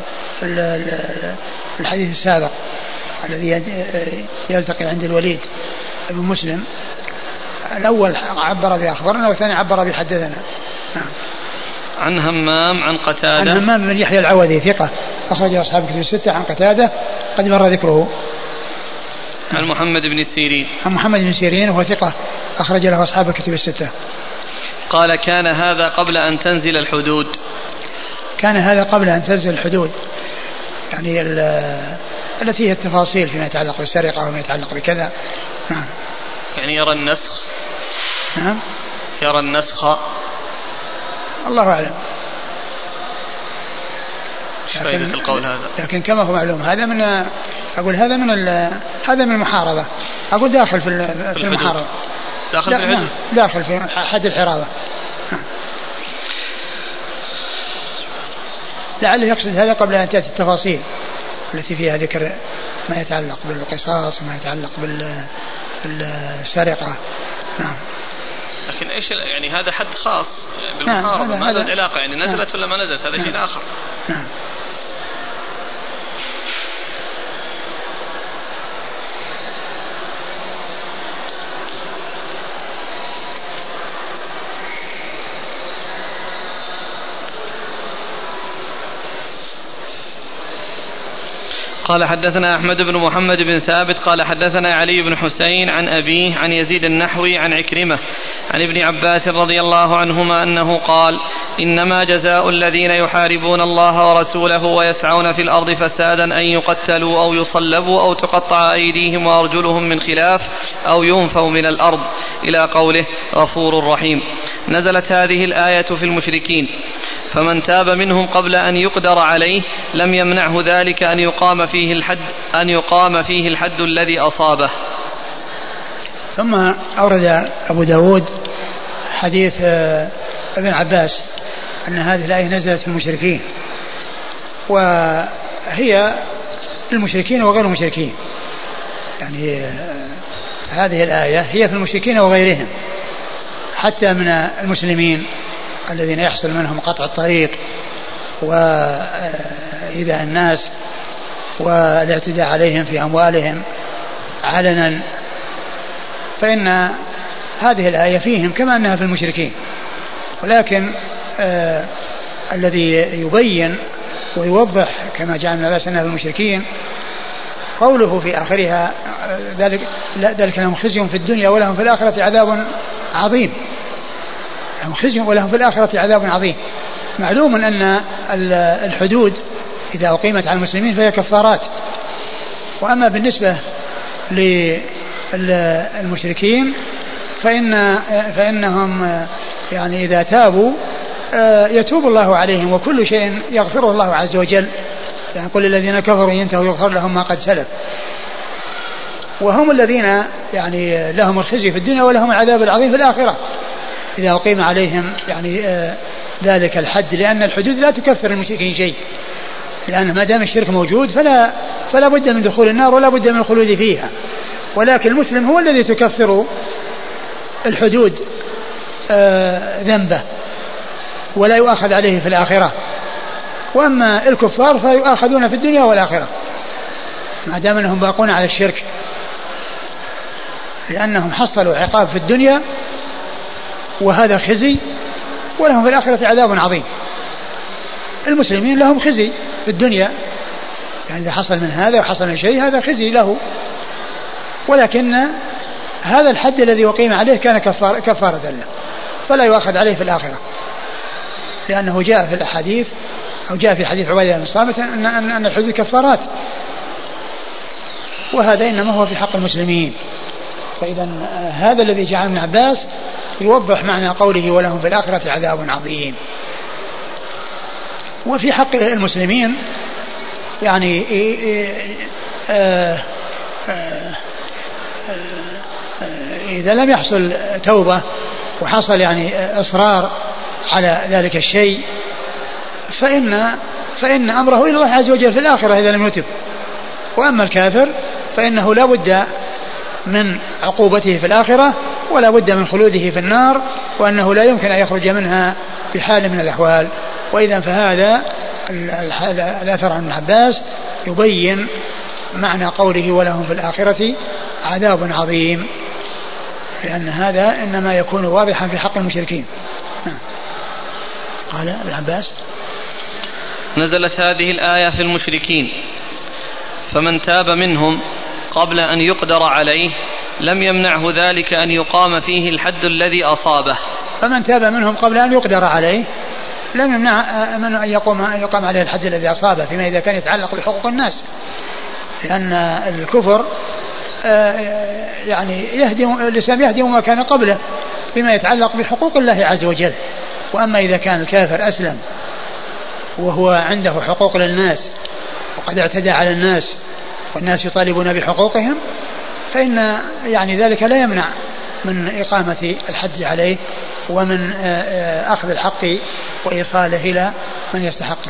الحديث السابق الذي يلتقي عند الوليد ابن مسلم. الأول عبر بأخبرنا والثاني عبر بحدثنا. نعم. عن همام عن قتادة. عن همام بن يحيى العوذي ثقة أخرج أصحاب الكتب الستة. عن قتادة قد مر ذكره. عن محمد بن سيرين. عن محمد بن سيرين وهو ثقة أخرج له أصحاب الكتب الستة. قال كان هذا قبل أن تنزل الحدود. كان هذا قبل أن تنزل الحدود، يعني التي هي التفاصيل فيما يتعلق بالسرقة وما يتعلق بكذا. نعم. يعني يرى النسخ. نعم. يرى النسخ. الله أعلم. فائدة القول هذا. لكن كما هو معلوم هذا من أقول هذا من هذا من المحاربة، أقول داخل في, في المحاربة. داخل في الحدود. داخل في حد الحرابة. لعله يقصد هذا قبل أن تأتي التفاصيل التي فيها ذكر ما يتعلق بالقصاص وما يتعلق بالسرقة. نعم. لكن ايش يعني هذا حد خاص بالمحاربة. نعم. ما له علاقة يعني نزلت. نعم. ولا ما نزلت هذا نعم. شيء آخر. نعم. قال حدثنا أحمد بن محمد بن ثابت قال حدثنا علي بن حسين عن أبيه عن يزيد النحوي عن عكرمة عن ابن عباس رضي الله عنهما أنه قال إنما جزاء الذين يحاربون الله ورسوله ويسعون في الأرض فسادا أن يقتلوا أو يصلبوا أو تقطع أيديهم وأرجلهم من خلاف أو ينفوا من الأرض إلى قوله غفور رحيم. نزلت هذه الآية في المشركين فمن تاب منهم قبل أن يقدر عليه لم يمنعه ذلك أن يقام فيه الحد أن يقام فيه الحد الذي أصابه. ثم أورد أبو داود حديث ابن عباس أن هذه الآية نزلت في المشركين، وهي المشركين وغير المشركين، يعني هذه الآية هي في المشركين وغيرهم، حتى من المسلمين الذين يحصل منهم قطع الطريق وإيذاء الناس والاعتداء عليهم في أموالهم علنا، فإن هذه الآية فيهم كما أنها في المشركين. ولكن آه الذي يبين ويوضح كما جاء من عباس أنها في المشركين قوله في آخرها ذلك, ذلك لهم خزي في الدنيا ولهم في الآخرة عذاب عظيم. لهم خزي ولهم في الآخرة عذاب عظيم. معلوم أن الحدود إذا أقيمت على المسلمين فهي كفارات، وأما بالنسبة للمشركين فإن فإنهم يعني إذا تابوا يتوب الله عليهم وكل شيء يغفره الله عز وجل، يعني كل الذين كفروا ينتهوا يغفر لهم ما قد سلف. وهم الذين يعني لهم الخزي في الدنيا ولهم العذاب العظيم في الآخرة إذا أقيم عليهم يعني ذلك الحد، لأن الحدود لا تكفر المشركين شيء، لأن ما دام الشرك موجود فلا فلا بد من دخول النار ولا بد من الخلود فيها. ولكن المسلم هو الذي تكفر الحدود ذنبه ولا يؤاخذ عليه في الآخرة، وأما الكفار فيؤاخذون في الدنيا والآخرة ما دام أنهم باقون على الشرك، لأنهم حصلوا عقاب في الدنيا وهذا خزي، ولهم في الآخرة عذاب عظيم. المسلمين لهم خزي في الدنيا، يعني إذا حصل من هذا وحصل من شيء هذا خزي له، ولكن هذا الحد الذي وقيم عليه كان كفار كفارة له فلا يؤاخذ عليه في الآخرة، لأنه جاء في الأحاديث أو جاء في حديث عبادة بن صامت أن, أن, أن الحدود كفارات، وهذا إنما هو في حق المسلمين. فإذا هذا الذي جاء ابن عباس يوضح معنى قوله ولهم في الآخرة عذاب عظيم. وفي حق المسلمين يعني آآ آآ إذا لم يحصل توبة وحصل يعني إصرار على ذلك الشيء فإن فإن أمره إلى الله عز وجل في الآخرة إذا لم يتب. وأما الكافر فإنه لا بد من عقوبته في الآخرة ولا بد من خلوده في النار، وأنه لا يمكن أن يخرج منها بحال من الأحوال. وإذا فهذا الأثر عن ابن عباس يبين معنى قوله ولهم في الآخرة عذاب عظيم، لأن هذا إنما يكون واضحا في حق المشركين. قال ابن عباس نزلت هذه الآية في المشركين فمن تاب منهم قبل أن يقدر عليه لم يمنعه ذلك أن يقام فيه الحد الذي أصابه. فمن تاب منهم قبل أن يقدر عليه لم يمنع من أن يقوم, أن يقام عليه الحد الذي أصابه فيما إذا كان يتعلق بحقوق الناس، لأن الكفر يعني يهدم الإسلام يهدم ما كان قبله فيما يتعلق بحقوق الله عز وجل. وأما إذا كان الكافر أسلم وهو عنده حقوق للناس وقد اعتدى على الناس والناس يطالبون بحقوقهم فإن يعني ذلك لا يمنع من إقامة الحد عليه ومن أخذ الحق وإيصاله إلى من يستحقه.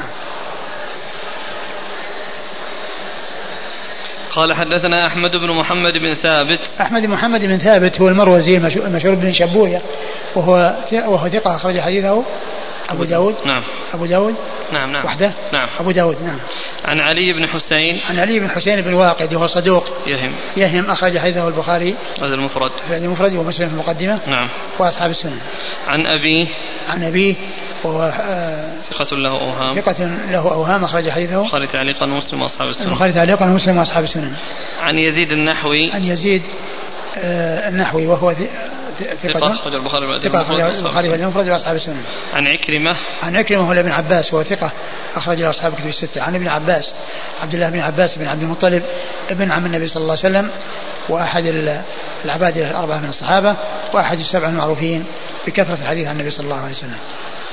قال حدثنا أحمد بن محمد بن ثابت. أحمد بن محمد بن ثابت هو المروزي المشهور بن شبوية وهو وهو ثقة أخرج حديثه أبو داود. نعم. أبو داود. نعم نعم. وحده. نعم. أبو داود. نعم. عن علي بن حسين. عن علي بن حسين بن واقد وهو صدوق. يهم. يهم أخرج حديثه البخاري. هذا المفرد. هذا المفرد ومسلم في المقدمة. نعم. وأصحاب السنة. عن أبيه. عن أبيه وهو آه ثقة له أوهام. ثقة له أوهام أخرج حديثه. البخاري تعليقا ومسلم وأصحاب السنة. البخاري تعليقا ومسلم وأصحاب السنة. عن يزيد النحوي. عن يزيد آه النحوي وهو ثقة أخرج البخاري والمفرد وأصحاب السنة. عن عكرمة. عن عكرمة هو ابن عباس وهو ثقة أخرج له أصحاب كتب الستة. عن ابن عباس عبد الله بن عباس بن عبد المطلب ابن عم النبي صلى الله عليه وسلم وأحد العباد الأربعة من الصحابة وأحد السبع المعروفين بكثرة الحديث عن النبي صلى الله عليه وسلم.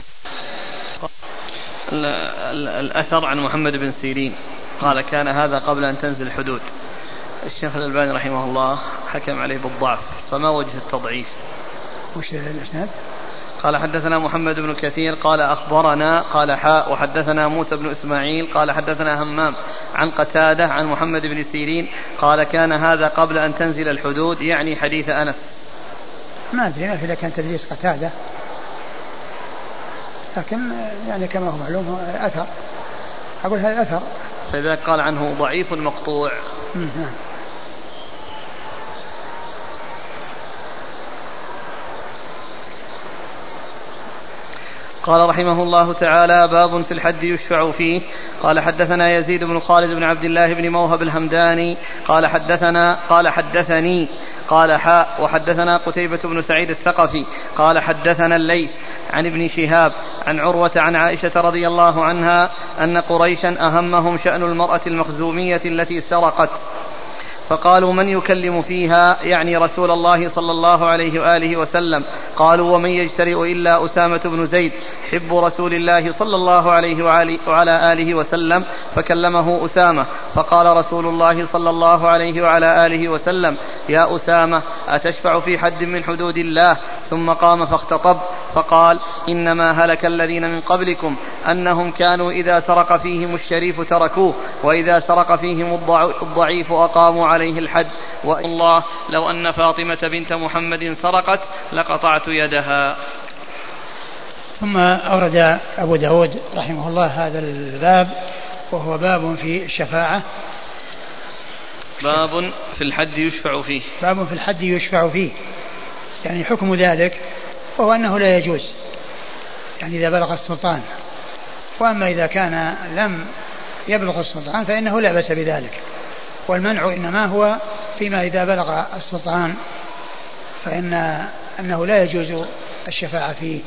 الأثر عن محمد بن سيرين قال كان هذا قبل أن تنزل الحدود. الشيخ الألباني رحمه الله حكم عليه بالضعف، فما وجه التضعيف؟ وش الإسناد؟ قال حدثنا محمد بن كثير قال أخبرنا قال حاء وحدثنا موسى بن إسماعيل قال حدثنا همام عن قتادة عن محمد بن سيرين قال كان هذا قبل أن تنزل الحدود، يعني حديث أنس. ما أدري إذا كان تدليس قتادة، لكن يعني كما هو معلوم أثر، أقول هذا أثر، فإذا قال عنه ضعيف مقطوع. نعم. قال رحمه الله تعالى باب في الحد يشفع فيه. قال حدثنا يزيد بن خالد بن عبد الله بن موهب الهمداني قال حدثنا قال حدثني قال حاء وحدثنا قتيبة بن سعيد الثقفي قال حدثنا الليث عن ابن شهاب عن عروة عن عائشة رضي الله عنها أن قريشا أهمهم شأن المرأة المخزومية التي سرقت، فقالوا من يكلم فيها، يعني رسول الله صلى الله عليه وآله وسلم. قالوا ومن يجترئ إلا أسامة بن زيد حب رسول الله صلى الله عليه وعلى آله وسلم، فكلمه أسامة، فقال رسول الله صلى الله عليه وعلى آله وسلم يا أسامة أتشفع في حد من حدود الله؟ ثم قام فاختطب فقال إنما هلك الذين من قبلكم أنهم كانوا إذا سرق فيهم الشريف تركوه، وإذا سرق فيهم الضعيف أقاموا عليه الحد، والله لو أن فاطمة بنت محمد سرقت لقطعت يدها. ثم أورد أبو داود رحمه الله هذا الباب، وهو باب في الشفاعة. باب في الحد يشفع فيه. باب في الحد يشفع فيه، يعني حكم ذلك وهو أنه لا يجوز، يعني إذا بلغ السلطان. وأما إذا كان لم يبلغ السلطان فإنه لا بأس بذلك، والمنع إنما هو فيما إذا بلغ السلطان فإن أنه لا يجوز الشفاعة فيه.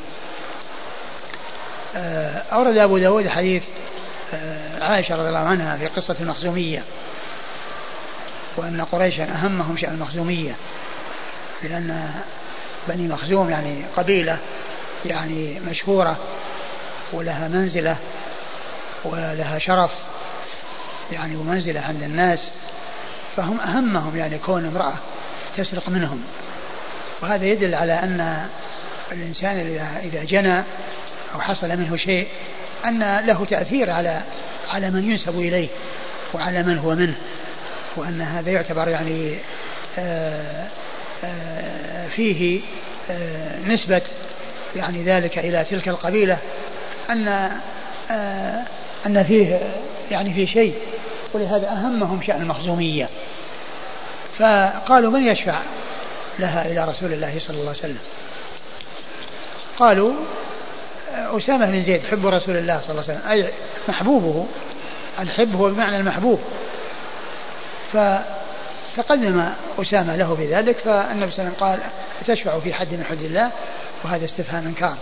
أورد أبو داود حديث عائشة رضي الله عنها في قصة المخزومية، وأن قريشا أهمهم شأن المخزومية، لأن بني مخزوم يعني قبيلة يعني مشهورة ولها منزلة ولها شرف يعني ومنزلة عند الناس، فهم أهمهم يعني كون امرأة تسرق منهم. وهذا يدل على أن الإنسان إذا جنى أو حصل منه شيء أن له تأثير على على من ينسب إليه وعلى من هو منه، وأن هذا يعتبر يعني آآ آآ فيه نسبة يعني ذلك إلى تلك القبيلة، أن أن فيه يعني في شيء، ولهذا أهمهم شأن المخزومية. فقالوا من يشفع لها إلى رسول الله صلى الله عليه وسلم؟ قالوا أسامة بن زيد حب رسول الله صلى الله عليه وسلم، أي محبوبه، الحب هو بمعنى المحبوب. فتقدم أسامة له بذلك، فالنبي صلى الله عليه وسلم قال تشفع في حد من حدود الله، وهذا استفهام إنكار،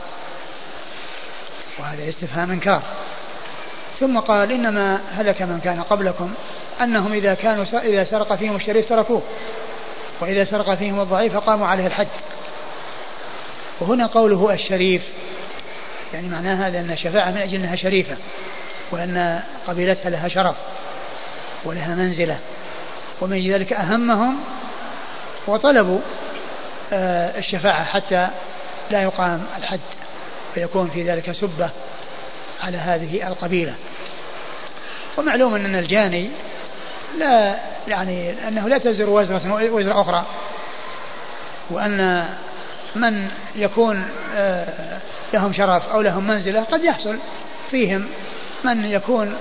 وهذا استفهام إنكار. ثم قال إنما هلك من كان قبلكم أنهم إذا كانوا إذا سرق فيهم الشريف تركوه، وإذا سرق فيهم الضعيف قاموا عليه الحد. وهنا قوله الشريف يعني معناها هذا أن الشفاعة من أجل أنها شريفة، وأن قبيلتها لها شرف ولها منزلة، ومن ذلك أهمهم وطلبوا الشفاعة حتى لا يقام الحد، فيكون في ذلك سبة على هذه القبيلة. ومعلوم أن الجاني لا يعني أنه لا تزر وزرة وزر أخرى، وأن من يكون لهم شرف أو لهم منزلة قد يحصل فيهم من يكون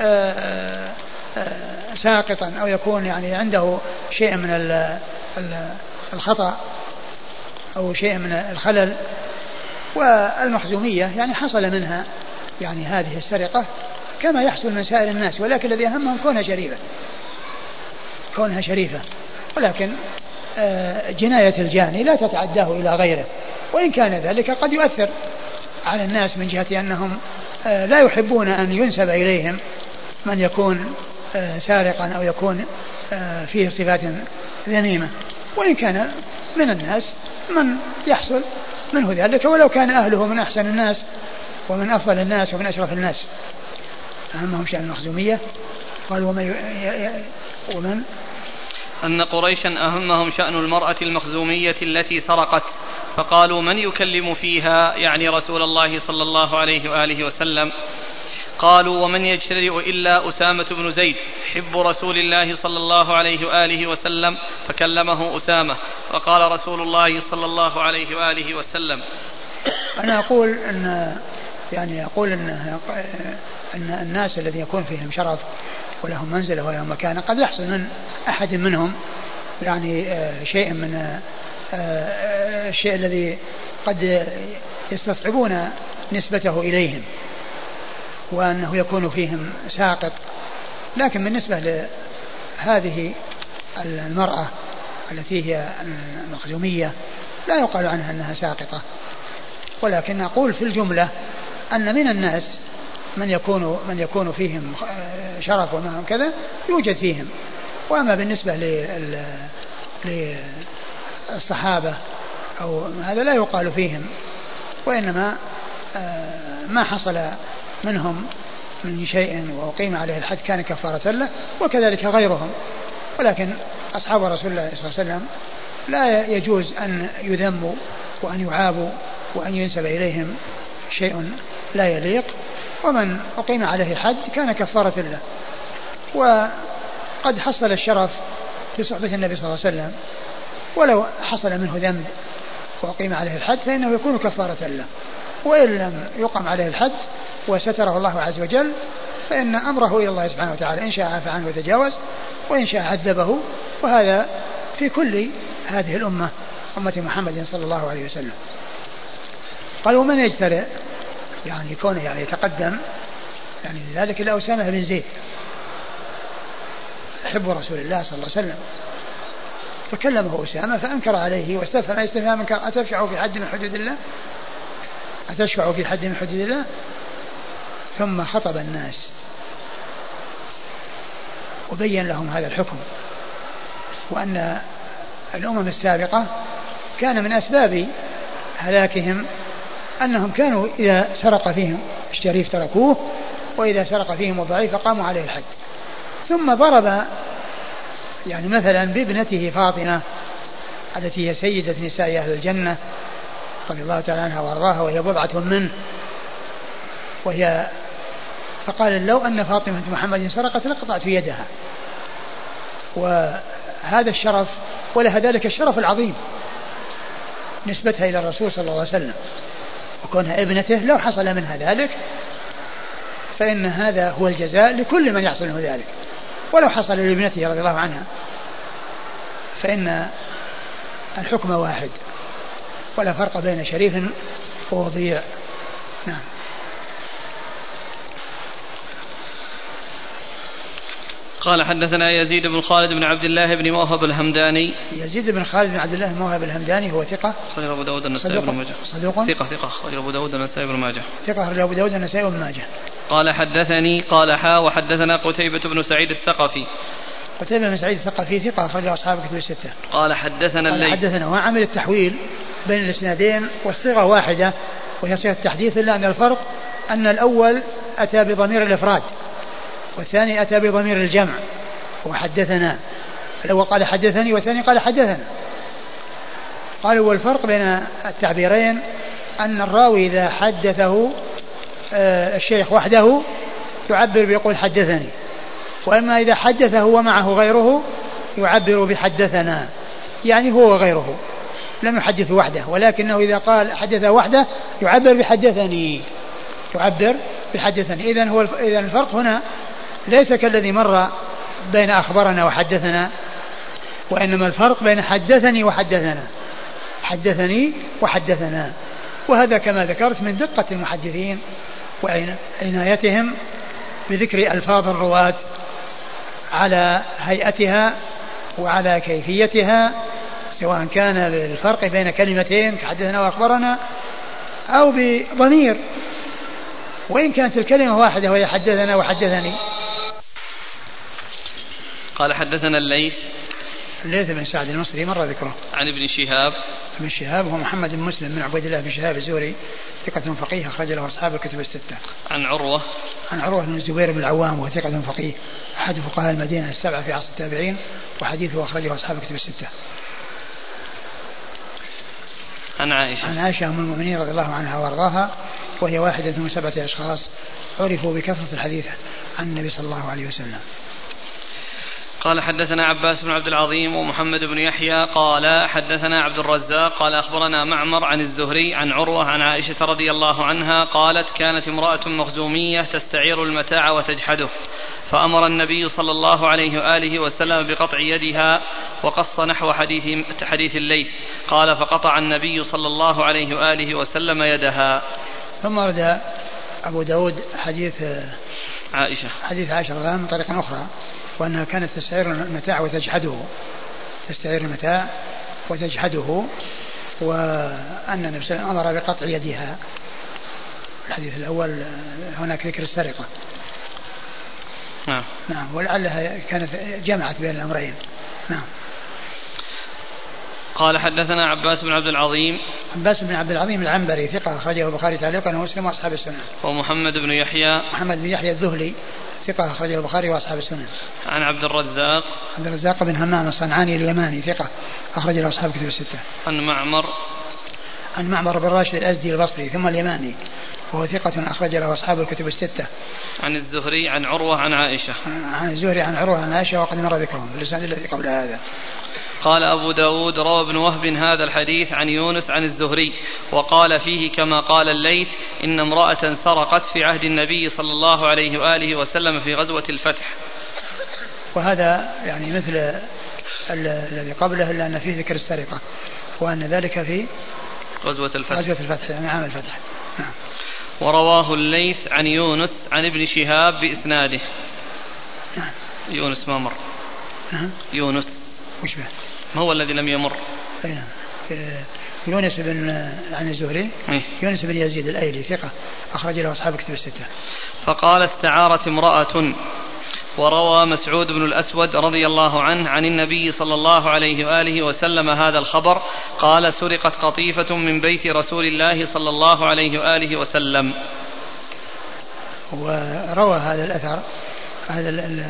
ساقطا أو يكون يعني عنده شيء من الخطأ أو شيء من الخلل. والمخزومية يعني حصل منها يعني هذه السرقة كما يحصل من سائر الناس، ولكن الذي أهمهم كونها شريفة كونها شريفة ولكن جناية الجاني لا تتعداه إلى غيره، وإن كان ذلك قد يؤثر على الناس من جهة أنهم لا يحبون أن ينسب إليهم من يكون سارقا أو يكون فيه صفات ذميمة، وإن كان من الناس من يحصل منه ذلك ولو كان أهله من أحسن الناس ومن أفضل الناس ومن أشرف الناس. أهمهم شأن المخزومية. قال ومن, ي... ي... ومن أن قريشا أهمهم شأن المرأة المخزومية التي سرقت، فقالوا من يكلم فيها يعني رسول الله صلى الله عليه وآله وسلم. قالوا ومن يجترئ إلا أسامة بن زيد حب رسول الله صلى الله عليه وآله وسلم، فكلمه أسامة وقال رسول الله صلى الله عليه وآله وسلم. أنا أقول أن يعني أقول أن, أن الناس الذي يكون فيهم شرف ولهم منزلة ولهم مكانة قد يحصل من أحد منهم يعني شيء من الشيء الذي قد يستصعبون نسبته إليهم وأنه يكون فيهم ساقط، لكن بالنسبة لهذه المرأة التي هي المخزومية لا يقال عنها أنها ساقطة، ولكن أقول في الجملة أن من الناس من يكون من يكون فيهم شرف وما كذا يوجد فيهم. وأما بالنسبة للصحابة أو هذا لا يقال فيهم، وإنما ما حصل منهم من شيء وأقيم عليه الحد كان كفارة له، وكذلك غيرهم. ولكن أصحاب رسول الله صلى الله عليه وسلم لا يجوز أن يذموا وأن يعابوا وأن ينسب إليهم شيء لا يليق، ومن أقيم عليه الحد كان كفارة له. وقد حصل الشرف في صحبة النبي صلى الله عليه وسلم، ولو حصل منه ذنب وأقيم عليه الحد فإنه يكون كفارة له، وإن لم يقم عليه الحد وستره الله عز وجل فإن أمره إلى الله سبحانه وتعالى، إن شاء عفى عنه وتجاوز وإن شاء عذبه. وهذا في كل هذه الأمة أمة محمد صلى الله عليه وسلم. قال ومن يجترئ يعني كونه يعني يتقدم يعني لذلك إلا أسامة بن زيد حب رسول الله صلى الله عليه وسلم، فكلمه أسامة فأنكر عليه واستفهم استفهام منكر أتشفع في حد من حدود الله أتشفع في حد من حدود الله. ثم خطب الناس وبين لهم هذا الحكم، وأن الأمم السابقة كان من أسباب هلاكهم أنهم كانوا إذا سرق فيهم الشريف تركوه، وإذا سرق فيهم الضعيف قاموا عليه الحد. ثم ضرب يعني مثلا بابنته فاطمة التي هي سيدة نساء أهل الجنة رضي الله تعالى عنها وارضاها، وهي بضعة منه، وهي فقال لو أن فاطمة محمد سرقت لقطعت يدها. وهذا الشرف ولها ذلك الشرف العظيم نسبتها إلى الرسول صلى الله عليه وسلم، وكونها ابنته لو حصل منها ذلك فإن هذا هو الجزاء لكل من يحصل منه ذلك، ولو حصل لابنته رضي الله عنها فإن الحكم واحد ولا فرق بين شريف ووضيع. نعم. قال حدثنا يزيد بن خالد بن عبد الله بن موهب الهمداني. يزيد بن خالد بن عبد الله بن موهب الهمداني هو ثقة أخرج أبو داود النسائي بن ماجه. صدوق ثقة ثقة أخرج أبو داود النسائي بن ماجه. ثقة أخرج أبو داود النسائي بن ماجه. قال حدثني قال حا وحدثنا قتيبة بن سعيد الثقفي. قتيبة بن سعيد الثقفي ثقة أخرج أصحاب الكتب الستة. قال حدثنا الليث. حدثنا وعمل التحويل بين الاسنادين والصيغة واحدة وهي صيغة التحديث، إلا أن الفرق أن الأول أتى بضمير الإفراد والثاني أتى بضمير الجمع وحدثنا. الأول قال حدثني والثاني قال حدثنا. قالوا والفرق بين التعبيرين أن الراوي إذا حدثه الشيخ وحده يعبر بيقول حدثني، وإما إذا حدثه ومعه غيره يعبر بحدثنا، يعني هو وغيره لم يحدث وحده، ولكنه إذا قال حدث وحده يعبر بحدثني يعبر بحدثني. إذن هو إذن الفرق هنا ليس كالذي مر بين أخبرنا وحدثنا، وإنما الفرق بين حدثني وحدثنا حدثني وحدثنا. وهذا كما ذكرت من دقة المحدثين وعنايتهم بذكر ألفاظ الرواة على هيئتها وعلى كيفيتها، سواء كان بالفرق بين كلمتين كحدثنا وأخبرنا أو بضمير، وإن كانت الكلمة واحدة وهي حدثنا وحدثني. قال حدثنا الليث. الليث بن سعد المصري مر ذكره. عن ابن شهاب. ابن شهاب هو محمد بن مسلم بن عبيد الله بن شهاب الزهري ثقة فقيه أخرج له أصحاب الكتب الستة. عن عروة. عن عروة بن الزبير بن العوام وهو ثقة فقيه أحد فقهاء المدينة السبعة في عصر التابعين وحديثه أخرجه أصحاب الكتب الستة. عن عائشة. عن عائشة أم المؤمنين رضي الله عنها وارضاها وهي واحدة من سبعة أشخاص عرفوا بكثرة الحديث عن النبي صلى الله عليه وسلم. قال حدثنا عباس بن عبد العظيم ومحمد بن يحيى قال حدثنا عبد الرزاق قال أخبرنا معمر عن الزهري عن عروة عن عائشة رضي الله عنها قالت كانت امرأة مخزومية تستعير المتاع وتجحده فأمر النبي صلى الله عليه وآله وسلم بقطع يدها وقص نحو حديث, حديث الليث قال فقطع النبي صلى الله عليه وآله وسلم يدها. ثم ورد أبو داود حديث عائشة حديث عائشة رضي الله عنها من طريق أخرى وأنها كانت تستعير المتاع وتجحده تستعير المتاع وتجحده وأن النبي صلى الله عليه وسلم أمر بقطع يدها. الحديث الأول هناك ذكر السرقة. نعم. نعم ولعلها كانت جمعت بين الأمرين. نعم. قال حدثنا عباس بن عبد العظيم. عباس بن عبد العظيم العنبري ثقة أخرجه البخاري تعليقا ومسلم وأصحاب السنن. ومحمد بن يحيى. محمد بن يحيى الذهلي ثقة أخرجه البخاري وأصحاب السنن. عن عبد الرزاق. عبد الرزاق بن همام الصنعاني اليماني ثقة أخرج له أصحاب الكتب الستة. عن معمر. عن معمر بن راشد الأزدي البصري ثم اليماني وهو ثقة أخرج له أصحاب الكتب الستة. عن الزهري عن عروة عن عائشة. عن الزهري عن عروة عن عائشة وقد مر ذكرهم في اللسان الذي قبل هذا. قال أبو داود روى ابن وهب هذا الحديث عن يونس عن الزهري وقال فيه كما قال الليث إن امرأة سرقت في عهد النبي صلى الله عليه وآله وسلم في غزوة الفتح. وهذا يعني مثل الذي قبله إلا أن فيه ذكر السرقة وأن ذلك في غزوة الفتح. غزوة الفتح يعني عام الفتح. نعم. ورواه الليث عن يونس عن ابن شهاب بإسناده. نعم. يونس ما مر. نعم. يونس وش به؟ ما هو الذي لم يمر؟ نعم. يونس بن عن الزهري. إيه؟ يونس بن يزيد الأيلي ثقة أخرج له أصحاب الكتب الستة. فقال استعارت امرأة. وروى مسعود بن الأسود رضي الله عنه عن النبي صلى الله عليه وآله وسلم هذا الخبر قال سرقت قطيفة من بيت رسول الله صلى الله عليه وآله وسلم. وروى هذا الأثر هذا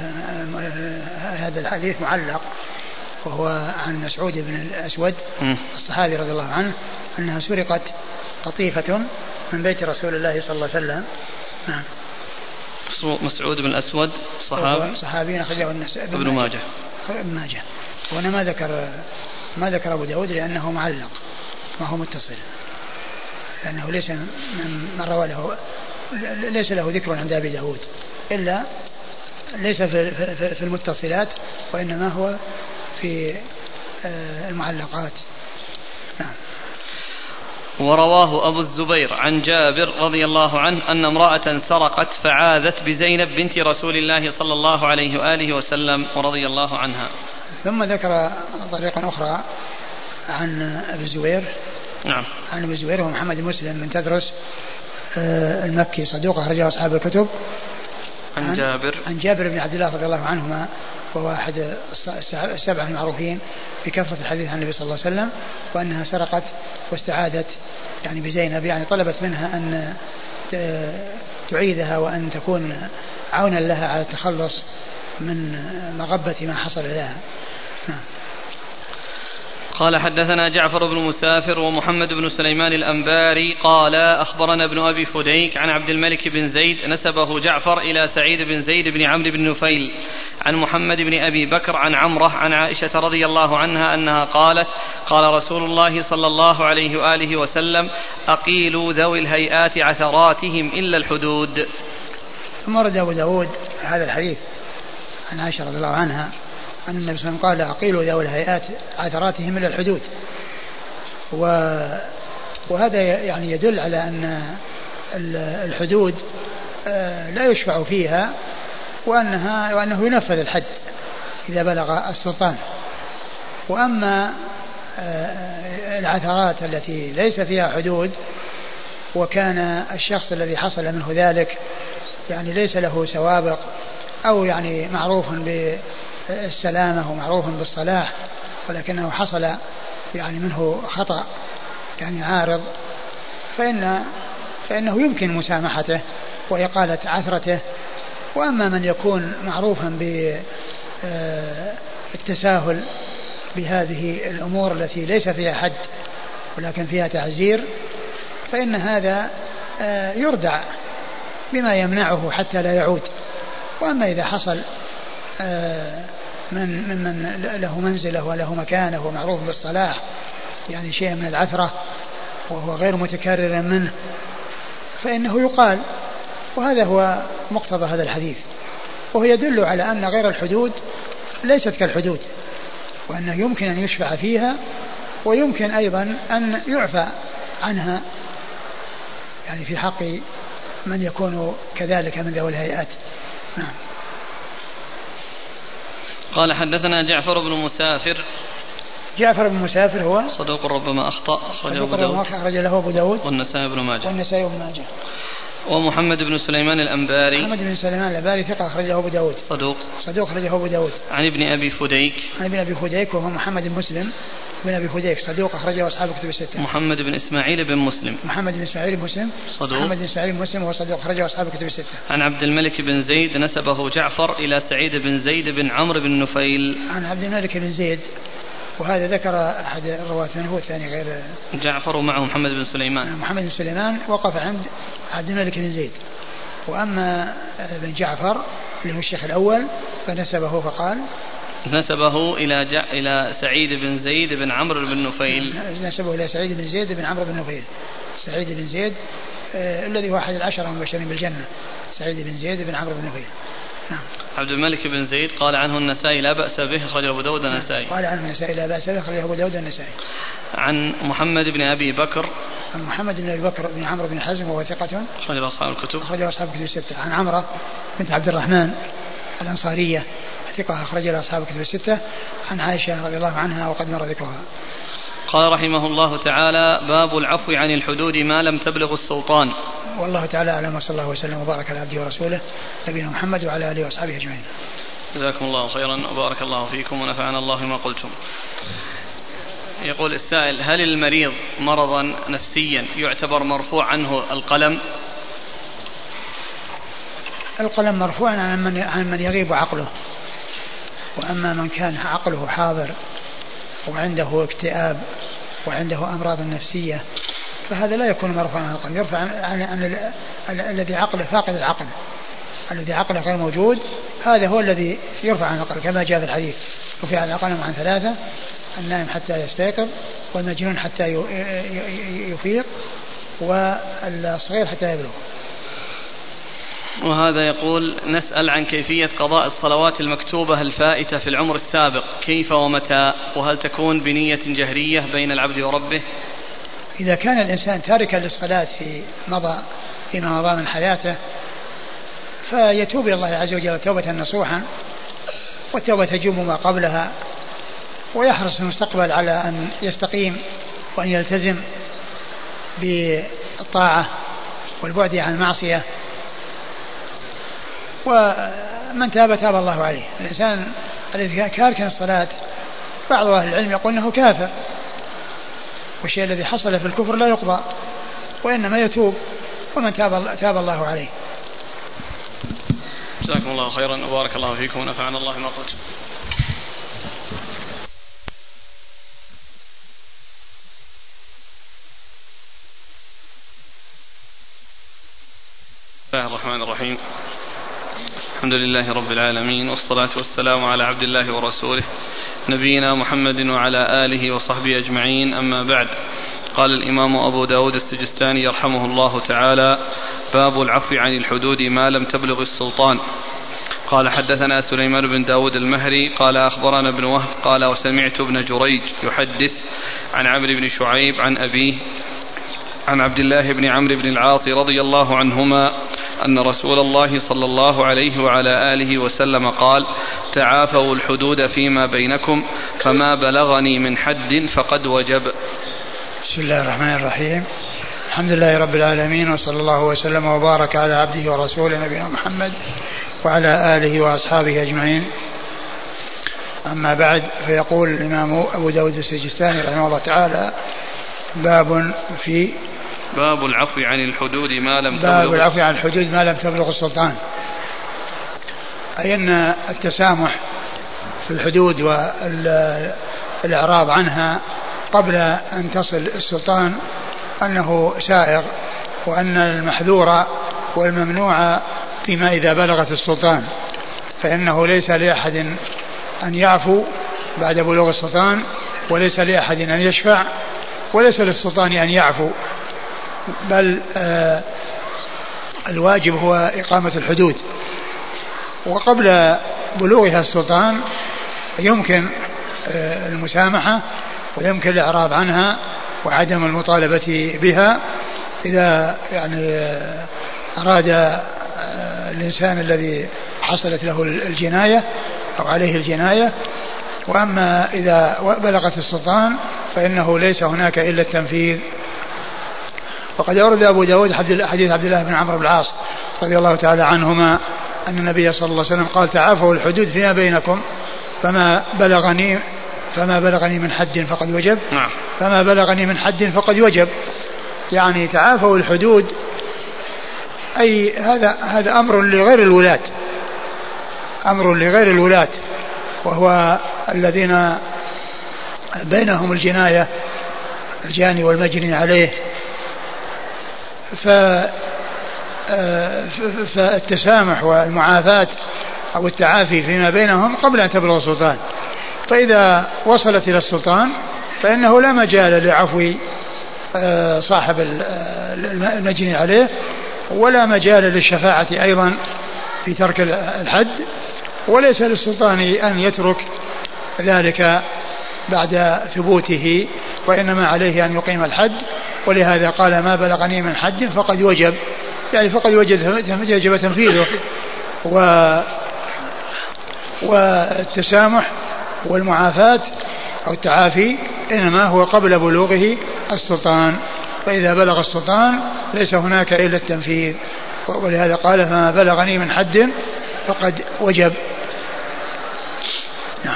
هذا الحديث معلق وهو عن مسعود بن الأسود الصحابي رضي الله عنه أنها سرقت قطيفة من بيت رسول الله صلى الله عليه وسلم. نعم. مسعود بن الأسود صحابي صحابي أخرجه ابن ماجه. ابن ماجه. وأنا ما ذكر ما ذكر أبو داود لأنه معلق ما هو متصل لأنه ليس من روى له ليس له ذكر عند أبي داود إلا ليس في في المتصلات وإنما هو في المعلقات. نعم. ورواه أبو الزبير عن جابر رضي الله عنه أن امرأة سرقت فعاذت بزينب بنت رسول الله صلى الله عليه وآله وسلم ورضي الله عنها. ثم ذكر طريقا أخرى عن أبي الزبير. نعم. عن أبي الزبير ومحمد بن مسلم من تدرس المكي صدوق أخرجه أصحاب الكتب. عن, عن جابر عن جابر بن عبد الله رضي الله عنهما وهو أحد السبعة المعروفين بكثرة الحديث عن النبي صلى الله عليه وسلم وأنها سرقت واستعادت يعني بزينب يعني طلبت منها أن تعيدها وأن تكون عونا لها على التخلص من مغبة ما حصل لها. نعم. قال حدثنا جعفر بن مسافر ومحمد بن سليمان الأنباري قال أخبرنا ابن أبي فديك عن عبد الملك بن زيد نسبه جعفر إلى سعيد بن زيد بن عمرو بن نفيل عن محمد بن أبي بكر عن عمره عن عائشة رضي الله عنها أنها قالت قال رسول الله صلى الله عليه وآله وسلم أقيلوا ذوي الهيئات عثراتهم إلا الحدود. ثم ورد أبو داود هذا الحديث عن عائشة رضي الله عنها أن النبي صلى الله عليه وسلم قال أقيلوا ذوي الهيئات عثراتهم إلى الحدود. و... وهذا يعني يدل على أن الحدود لا يشفع فيها وأنها وأنه ينفذ الحد إذا بلغ السلطان. وأما العثرات التي ليس فيها حدود وكان الشخص الذي حصل منه ذلك يعني ليس له سوابق أو يعني معروف بالسلامة ومعروف بالصلاح ولكنه حصل يعني منه خطأ يعني عارض، فإن فإنه يمكن مسامحته وإقالة عثرته. وأما من يكون معروفا بالتساهل بهذه الأمور التي ليس فيها حد ولكن فيها تعزير، فإن هذا يردع بما يمنعه حتى لا يعود. وأما إذا حصل من من له منزله وله مكانه ومعروف بالصلاح يعني شيء من العثرة وهو غير متكرر منه فإنه يقال. وهذا هو مقتضى هذا الحديث، وهو يدل على أن غير الحدود ليست كالحدود، وأنه يمكن أن يشفع فيها ويمكن أيضا أن يعفى عنها يعني في حق من يكون كذلك من ذوي الهيئات. نعم. قال حدثنا جعفر بن مسافر. جعفر بن مسافر هو صدوق ربما أخطأ أخرجه أبو داود أخرج له أبو داود والنسائي بن ماجه والنسائي بن ماجه. ومحمد بن سليمان الأنباري. محمد بن سليمان الأنباري ثقة أخرجه أبو داود صدوق صدوق أخرجه أبو داود. عن ابن أبي فديك. عن ابن أبي فديك وهو محمد بن مسلم بن أبي فديك صدوق أخرجه أصحاب الكتب الستة. محمد بن إسماعيل بن مسلم. محمد بن إسماعيل بن مسلم صدوق. محمد بن إسماعيل بن مسلم وهو صدوق أخرجه أصحاب الكتب الستة. عن عبد الملك بن زيد نسبه جعفر إلى سعيد بن زيد بن عمرو بن نفيل. عن عبد الملك بن زيد، وهذا ذكر أحد الرواة منه والثاني غير جعفر ومعه محمد بن سليمان. محمد بن سليمان وقف عند عبد الملك بن زيد. وأما بن جعفر اللي هو الشيخ الأول فنسبه فقال نسبه إلى جع... إلى سعيد بن زيد بن عمرو بن نفيل. نسبه إلى سعيد بن زيد بن عمرو بن نفيل. سعيد بن زيد آه الذي هو أحد العشرة المبشرين بالجنة، سعيد بن زيد بن عمرو بن نفيل. نعم. عبد الملك بن زيد قال عنه النسائي لا بأس به أخرجه أبو داود النسائي. قال عنه النسائي لا بأس به أخرجه أبو داود النسائي. عن محمد بن أبي بكر. عن محمد بن أبي بكر بن عمرو بن حزم وهو ثقة أخرجه أصحاب الكتب. أخرجه أصحاب الكتب الستة. عن عمرة بنت عبد الرحمن الأنصارية ثقة أخرجها أصحاب الكتب الستة. عن عائشة رضي الله عنها وقد مر ذكرها. قال رحمه الله تعالى باب العفو عن الحدود ما لم تبلغ السلطان. والله تعالى أعلم، وصلى الله وسلم وبارك على عبده ورسوله نبينا محمد وعلى آله وأصحابه أجمعين. جزاكم الله خيرا وبارك الله فيكم ونفعنا الله بما قلتم. يقول السائل: هل المريض مرضا نفسيا يعتبر مرفوع عنه القلم؟ القلم مرفوع عن من عن من يغيب عقله، وأما من كان عقله حاضر وعنده اكتئاب وعنده أمراض نفسية فهذا لا يكون مرفوعا عن القلم، يرفع عن, عن الذي عقله فاقد العقل، الذي عقله غير موجود هذا هو الذي يرفع عن القلم، كما جاء في الحديث: رفع عن القلم عن ثلاثة: النائم حتى يستيقظ، والمجنون حتى يفيق، والصغير حتى يبلغ. وهذا يقول: نسأل عن كيفية قضاء الصلوات المكتوبة الفائتة في العمر السابق، كيف ومتى، وهل تكون بنية جهرية بين العبد وربه؟ إذا كان الإنسان تاركا للصلاة في مضى فيما مضى من حياته فيتوب إلى الله عز وجل توبة نصوحا، والتوبة تجوب ما قبلها، ويحرص في المستقبل على أن يستقيم وأن يلتزم بالطاعة والبعد عن المعصية. ومن تاب تاب الله عليه. الإنسان الذي كان كاركا الصلاة بعض أهل العلم يقول أنه كافر، والشيء الذي حصل في الكفر لا يقضى وإنما يتوب، ومن تاب تاب الله عليه. جزاكم الله خيرا وبارك الله فيكم ونفعنا الله ما قلت. بسم الله الرحمن الرحيم. الحمد لله رب العالمين، والصلاة والسلام على عبد الله ورسوله نبينا محمد وعلى آله وصحبه أجمعين، أما بعد. قال الإمام أبو داود السجستاني رحمه الله تعالى: باب العفو عن الحدود ما لم تبلغ السلطان. قال: حدثنا سليمان بن داود المهري قال أخبرنا ابن وهب قال: وسمعت ابن جريج يحدث عن عمرو بن شعيب عن أبيه عن عبد الله بن عمرو بن العاص رضي الله عنهما أن رسول الله صلى الله عليه وعلى آله وسلم قال: تعافوا الحدود فيما بينكم، فما بلغني من حد فقد وجب. بسم الله الرحمن الرحيم. الحمد لله رب العالمين، وصلى الله وسلم وبارك على عبده ورسوله نبينا محمد وعلى آله وأصحابه أجمعين. أما بعد، فيقول الإمام أبو داود السجستاني رحمه الله تعالى: باب في باب العفو عن الحدود ما لم باب تبلغ العفو عن الحدود ما لم تبلغ السلطان، أي أن التسامح في الحدود والإعراض عنها قبل أن تصل السلطان أنه سائغ، وأن المحذور والممنوع فيما إذا بلغت السلطان، فإنه ليس لأحد أن يعفو بعد بلوغ السلطان، وليس لأحد أن يشفع، وليس للسلطان أن يعفو، بل آه الواجب هو إقامة الحدود. وقبل بلوغها السلطان يمكن آه المسامحة، ويمكن الإعراض عنها وعدم المطالبة بها إذا يعني آه أراد آه الإنسان الذي حصلت له الجناية أو عليه الجناية. وأما إذا بلغت السلطان فإنه ليس هناك إلا التنفيذ. وقد أورد أبو داود حديث عبد الله بن عمرو بن العاص رضي الله تعالى عنهما أن النبي صلى الله عليه وسلم قال: تعافوا الحدود فيما بينكم، فما بلغني فما بلغني من حد فقد وجب فما بلغني من حد فقد وجب. يعني تعافوا الحدود، أي هذا هذا أمر لغير الولاة، أمر لغير الولاة، وهو الذين بينهم الجناية، الجاني والمجني عليه. فالتسامح والمعافاة أو التعافي فيما بينهم قبل أن تبلغ السلطان، فإذا وصلت إلى السلطان فإنه لا مجال لعفو صاحب المجني عليه، ولا مجال للشفاعة أيضا في ترك الحد، وليس للسلطان أن يترك ذلك بعد ثبوته، وإنما عليه أن يقيم الحد. ولهذا قال: ما بلغني من حد فقد وجب، يعني فقد وجب تنفيذه. و والتسامح والمعافاة أو التعافي إنما هو قبل بلوغه السلطان، فإذا بلغ السلطان ليس هناك إلا التنفيذ. ولهذا قال: فما بلغني من حد فقد وجب. نعم.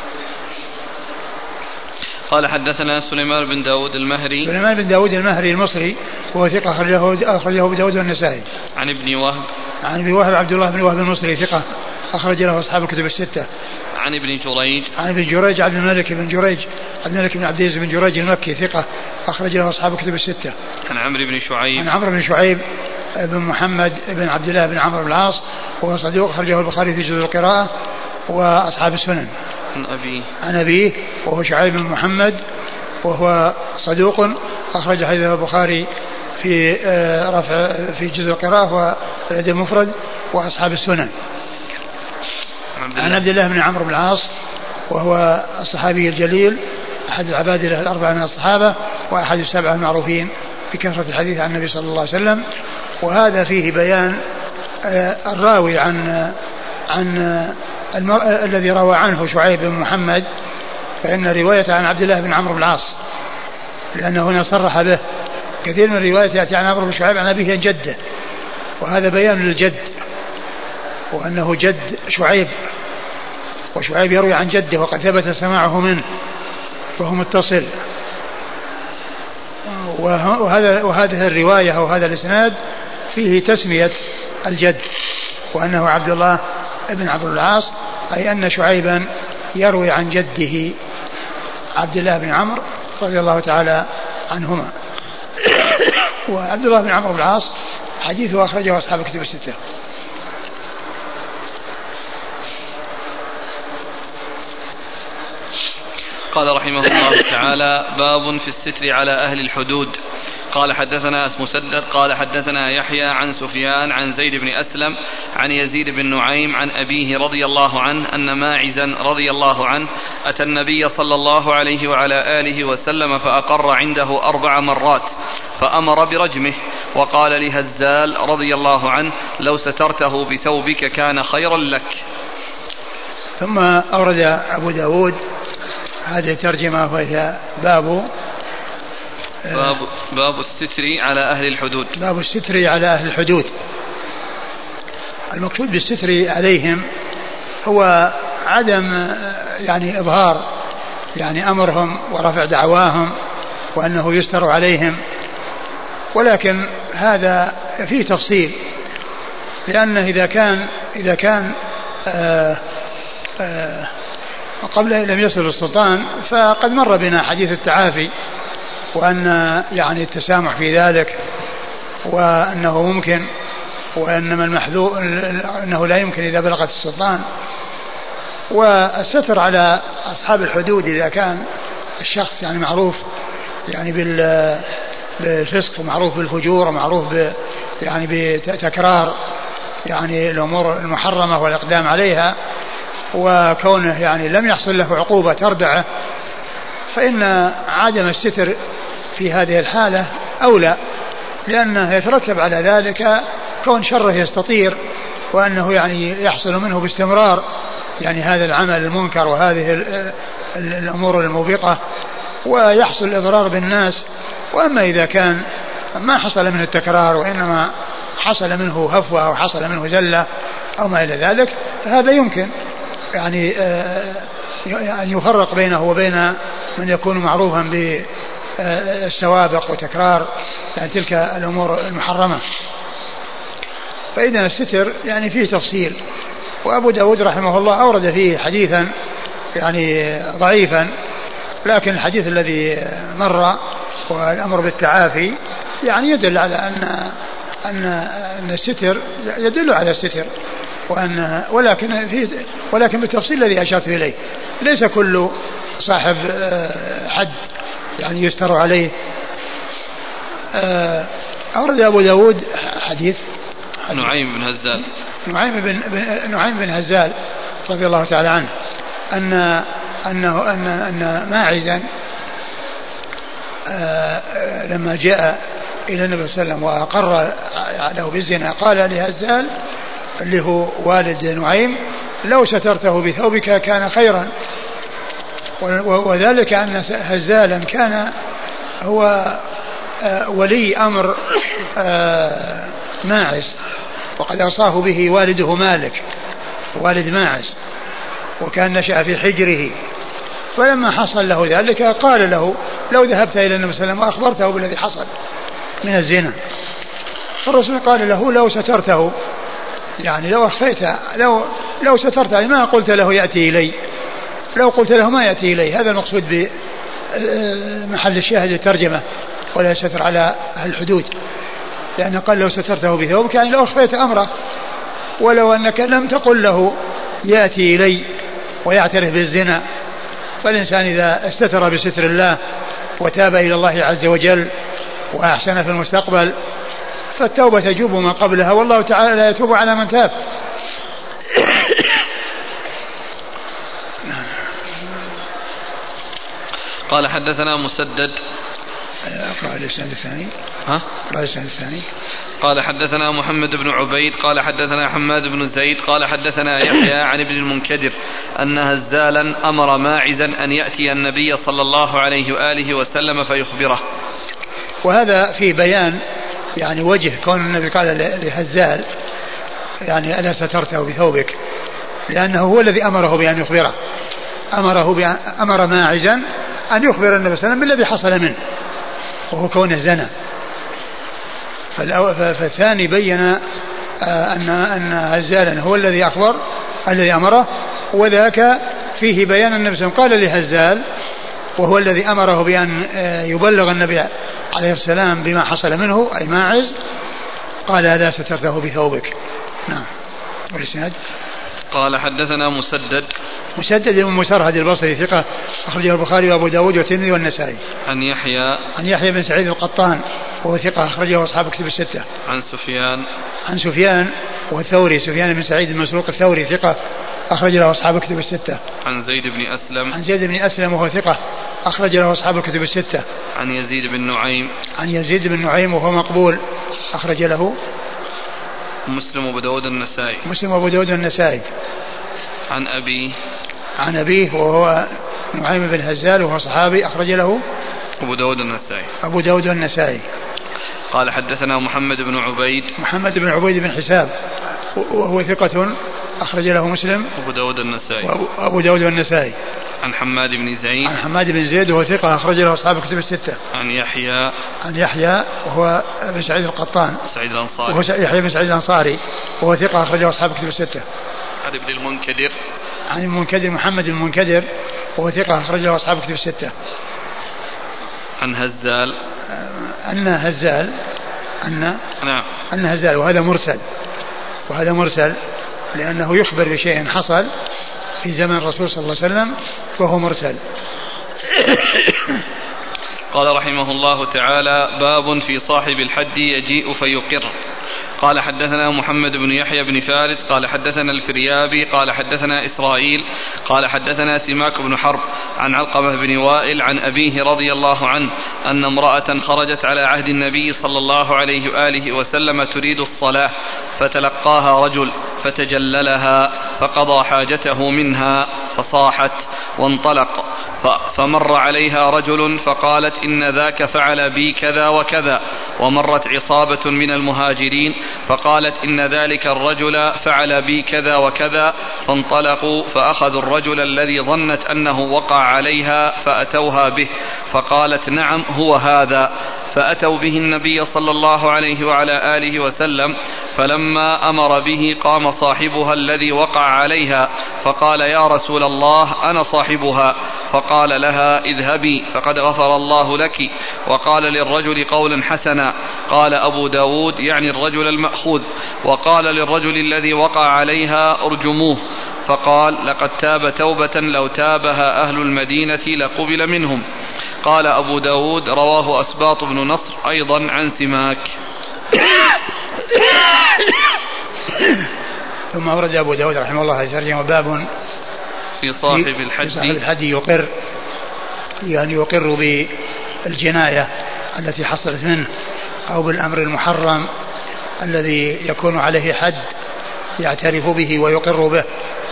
قال: حدثنا سليمان بن داود المهري سليمان بن داود المهري المصري، وهو ثقة أخرجه أخرجه أبو داود والنسائي. عن ابن وهب عن ابن وهب عبد الله بن وهب المصري ثقة أخرج له أصحاب الكتب الستة. عن ابن جريج عن ابن جريج عبد الملك بن جريج عبد الملك بن عبد العزيز بن جريج المكي ثقة أخرج له أصحاب الكتب الستة. عن عمرو بن شعيب عن عمرو بن شعيب بن محمد بن عبد الله بن عمرو بن العاص، وهو صدوق أخرجه البخاري في جزء القراءة وأصحاب السنن. عن أبيه عن أبيه وهو شعيب بن محمد، وهو صدوق أخرج حديثه البخاري في رفع في جزء القراءة والأدب المفرد وأصحاب السنن. عن عبد الله بن عمرو بن العاص، وهو الصحابي الجليل أحد العباد الأربعة من الصحابة، وأحد السبعة المعروفين بكثرة الحديث عن النبي صلى الله عليه وسلم. وهذا فيه بيان الراوي عن عن الذي روى عنه شعيب بن محمد، فإن رواية عن عبد الله بن عمرو بن العاص، لأنه هنا صرح به. كثير من الروايات يأتي عن عمرو بن شعيب عن أبيه جده، وهذا بيان للجد، وأنه جد شعيب، وشعيب يروي عن جده وقد ثبت سماعه منه فهو متصل. وهذا وهذه الرواية أو هذا الإسناد فيه تسمية الجد، وأنه عبد الله بن عمرو بن العاص، أي أن شعيبا يروي عن جده عبد الله بن عمرو رضي الله تعالى عنهما. وعبد الله بن عمرو بن العاص حديثه أخرجه أصحاب الكتب الستة. قال رحمه الله تعالى: باب في الستر على أهل الحدود. قال: حدثنا مسدد قال حدثنا يحيى عن سفيان عن زيد بن أسلم عن يزيد بن نعيم عن أبيه رضي الله عنه أن ماعزا رضي الله عنه أتى النبي صلى الله عليه وعلى آله وسلم فأقر عنده أربع مرات فأمر برجمه، وقال لهزال رضي الله عنه: لو سترته بثوبك كان خيرا لك. ثم أورد أبو داود هذه الترجمة، وهي باب باب, باب الستر على أهل الحدود. باب الستر على أهل الحدود. المقصود بالستر عليهم هو عدم يعني إظهار يعني أمرهم ورفع دعواهم وأنه يستر عليهم، ولكن هذا فيه تفصيل، لأنه إذا كان إذا كان آآ آآ قبل لم يصل السلطان فقد مر بنا حديث التعافي، وأن يعني التسامح في ذلك، وأنه ممكن، وأنما المحذور أنه لا يمكن إذا بلغت السلطان. والستر على أصحاب الحدود إذا كان الشخص يعني معروف يعني بالفسق ومعروف بالفجور ومعروف يعني بتكرار يعني الأمور المحرمة والإقدام عليها، وكونه يعني لم يحصل له عقوبة تردعه، فإن عدم الستر في هذه الحالة أولى، لأنه يترتب على ذلك كون شره يستطير، وأنه يعني يحصل منه باستمرار يعني هذا العمل المنكر وهذه الأمور الموبقة، ويحصل الإضرار بالناس. وأما إذا كان ما حصل منه التكرار وإنما حصل منه هفوة أو حصل منه زلة أو ما إلى ذلك، فهذا يمكن يعني أن يفرق بينه وبين من يكون معروفا بالسوابق وتكرار يعني تلك الأمور المحرمة. فإذا الستر يعني فيه تفصيل. وأبو داود رحمه الله أورد فيه حديثا يعني ضعيفا، لكن الحديث الذي مر والأمر بالتعافي يعني يدل على أن أن أن الستر يدل على الستر، وأن ولكن في ولكن بالتفصيل الذي أشرت إليه، ليس كل صاحب حد يعني يستر عليه. أورد أبو داود حديث نعيم بن هزال نعيم بن نعيم بن هزال رضي الله تعالى عنه أن أنه أن أن ماعزا لما جاء إلى النبي صلى الله عليه وسلم وأقر له بالزنا قال لهزال اللي هو والد نعيم لو سترته بثوبك كان خيرا، وذلك أن هزالا كان هو ولي أمر ماعز، وقد أوصاه به والده مالك والد ماعز، وكان نشأ في حجره. فلما حصل له ذلك قال له لو ذهبت إلى النبي صلى الله عليه وسلم وأخبرته بالذي حصل من الزنا، فالرسول قال له لو سترته يعني لو أخفيته لو لو سترته يعني ما قلت له يأتي إلي، لو قلت له ما يأتي إلي. هذا المقصود بمحل الشاهد الترجمة ولا ستر على الحدود، لأنه قال لو سترته بثوبك يعني لو أخفيت أمره، ولو أنك لم تقل له يأتي إلي ويعترف بالزنا. فالإنسان إذا استتر بستر الله وتاب إلى الله عز وجل وأحسن في المستقبل فالتوبة تجوب ما قبلها، والله تعالى لا يتوب على من تاب. قال حدثنا مسدد. أقرأ الإسناد الثاني. ها؟ أقرأ الإسناد الثاني. قال حدثنا محمد بن عبيد قال حدثنا حماد بن زيد قال حدثنا يحيى عن ابن المنكدر أن هزالا أمر ماعزا أن يأتي النبي صلى الله عليه وآله وسلم فيخبره. وهذا في بيان يعني وجه كون النبي قال لهزال يعني ألا سترته بثوبك، لأنه هو الذي أمره بأن يخبره، أمره بأن أمر ماعزا أن يخبر النبي صلى الله عليه وسلم بالذي حصل منه وهو كونه زنا. فالثاني بين أن أن هزالا هو الذي أخبر الذي أمره، وذاك فيه بيان النبي صلى الله عليه وسلم قال لهزال وهو الذي أمره بأن يبلغ النبي عليه السلام بما حصل منه أي ماعز، قال لا سترته بثوبك. نعم. والإسناد قال حدثنا مسدد. مسدد بن مسرهد البصري ثقة أخرجه البخاري وأبو داود والترمذي والنسائي. عن يحيى عن يحيى بن سعيد القطان وهو ثقة أخرجه أصحاب كتب الستة. عن سفيان عن سفيان والثوري سفيان بن سعيد المسروق الثوري ثقة أخرج له أصحاب الكتب الستة. عن زيد بن أسلم. عن زيد بن أسلم وهو ثقة أخرج له أصحاب الكتب الستة. عن يزيد بن نعيم. عن يزيد بن نعيم وهو مقبول أخرج له مسلم وأبو داود النسائي. مسلم وأبو داود النسائي. عن أبيه. عن أبيه وهو نعيم بن هزال وهو صحابي أخرج له أبو داود النسائي. أبو داود النسائي. قال حدثنا محمد بن عبيد. محمد بن عبيد بن حساب وهو ثقة أخرج له مسلم وأبو داود النسائي وأبو داود والنسائي. عن حماد بن زيد عن حماد بن زيد وهو ثقة أخرج له أصحاب الكتب الستة. عن يحيى عن يحيى وهو بن سعيد القطان سعيد الأنصاري وهو يحيى بن سعيد الأنصاري وهو ثقة أخرج له أصحاب الكتب الستة. عن ابن المنكدر عن المنكدر محمد بن المنكدر وهو ثقة أخرج له أصحاب الكتب الستة. عن هزال أن هزال أن نعم أن هزال وهذا مرسل وهذا مرسل لأنه يخبر بشيء حصل في زمن الرسول صلى الله عليه وسلم وهو مرسل. قال رحمه الله تعالى باب في صاحب الحد يجيء فيقر. قال حدثنا محمد بن يحيى بن فارس قال حدثنا الفريابي قال حدثنا إسرائيل قال حدثنا سماك بن حرب عن علقمة بن وائل عن أبيه رضي الله عنه أن امرأة خرجت على عهد النبي صلى الله عليه وآله وسلم تريد الصلاة فتلقاها رجل فتجللها فقضى حاجته منها فصاحت وانطلق فمر عليها رجل فقالت إن ذاك فعل بي كذا وكذا. ومرت عصابة من المهاجرين فقالت إن ذلك الرجل فعل بي كذا وكذا فانطلقوا فأخذوا الرجل الذي ظنت أنه وقع عليها فأتوها به فقالت نعم هو هذا. فأتوا به النبي صلى الله عليه وعلى آله وسلم فلما أمر به قام صاحبها الذي وقع عليها فقال يا رسول الله أنا صاحبها. فقال لها اذهبي فقد غفر الله لك. وقال للرجل قولا حسنا. قال أبو داود يعني الرجل المأخوذ. وقال للرجل الذي وقع عليها ارجموه. فقال لقد تاب توبة لو تابها أهل المدينة لقبل منهم. قال أبو داود رواه أسباط بن نصر أيضا عن سماك. ثم أورد أبو داود رحمه الله ترجمة باب في صاحب الحد, في صاحب الحد يقر يعني يقر بالجناية التي حصلت منه أو بالأمر المحرم الذي يكون عليه حد يعترف به ويقر به.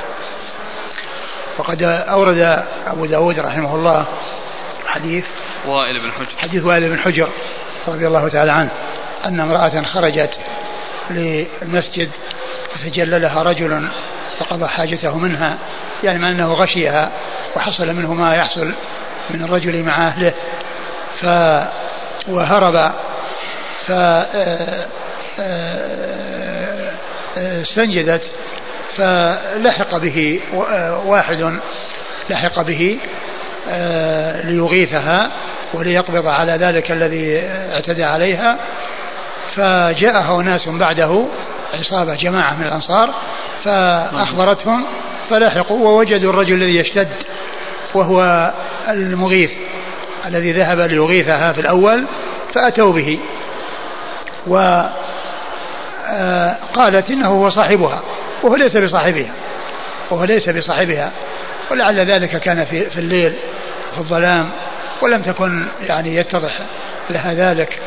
وقد أورد أبو داود رحمه الله حديث وائل بن حجر حديث وائل بن حجر رضي الله تعالى عنه أن امرأة خرجت للمسجد فتجللها رجل فقضى حاجته منها يعني ما أنه غشيها وحصل منه ما يحصل من الرجل مع أهله ف وهرب فاستنجدت فلحق به واحد لحق به ليغيثها وليقبض على ذلك الذي اعتدى عليها. فجاءه ناس بعده عصابة جماعة من الأنصار فأخبرتهم فلحقوا ووجدوا الرجل الذي يشتد وهو المغيث الذي ذهب ليغيثها في الأول فأتوا به وقالت إنه هو صاحبها وهو ليس بصاحبها وهو ليس بصاحبها ولعل ذلك كان في, في الليل في الظلام ولم تكن يعني يتضح لها ذلك.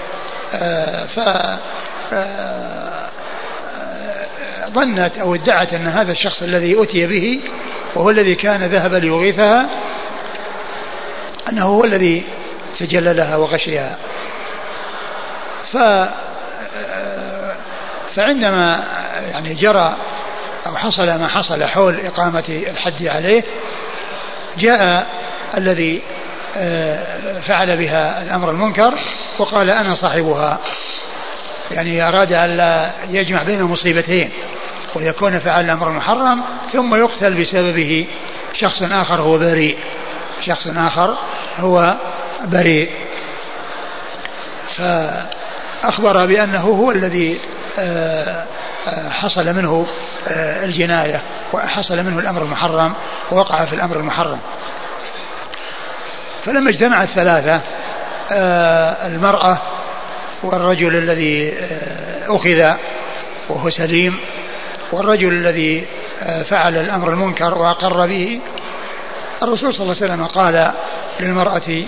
فظنت أو ادعت أن هذا الشخص الذي أتي به وهو الذي كان ذهب ليغيثها أنه هو الذي تجللها وغشيها. ف فعندما يعني جرى أو حصل ما حصل حول إقامة الحد عليه جاء الذي فعل بها الأمر المنكر وقال أنا صاحبها يعني أراد أن لا يجمع بين المصيبتين ويكون فعل الأمر المحرم ثم يقتل بسببه شخص آخر هو بريء شخص آخر هو بريء. فأخبر بأنه هو الذي حصل منه الجناية وحصل منه الأمر المحرم ووقع في الأمر المحرم. فلما اجتمع الثلاثة المرأة والرجل الذي أخذ وهو سليم والرجل الذي فعل الأمر المنكر وأقر به الرسول صلى الله عليه وسلم قال للمرأة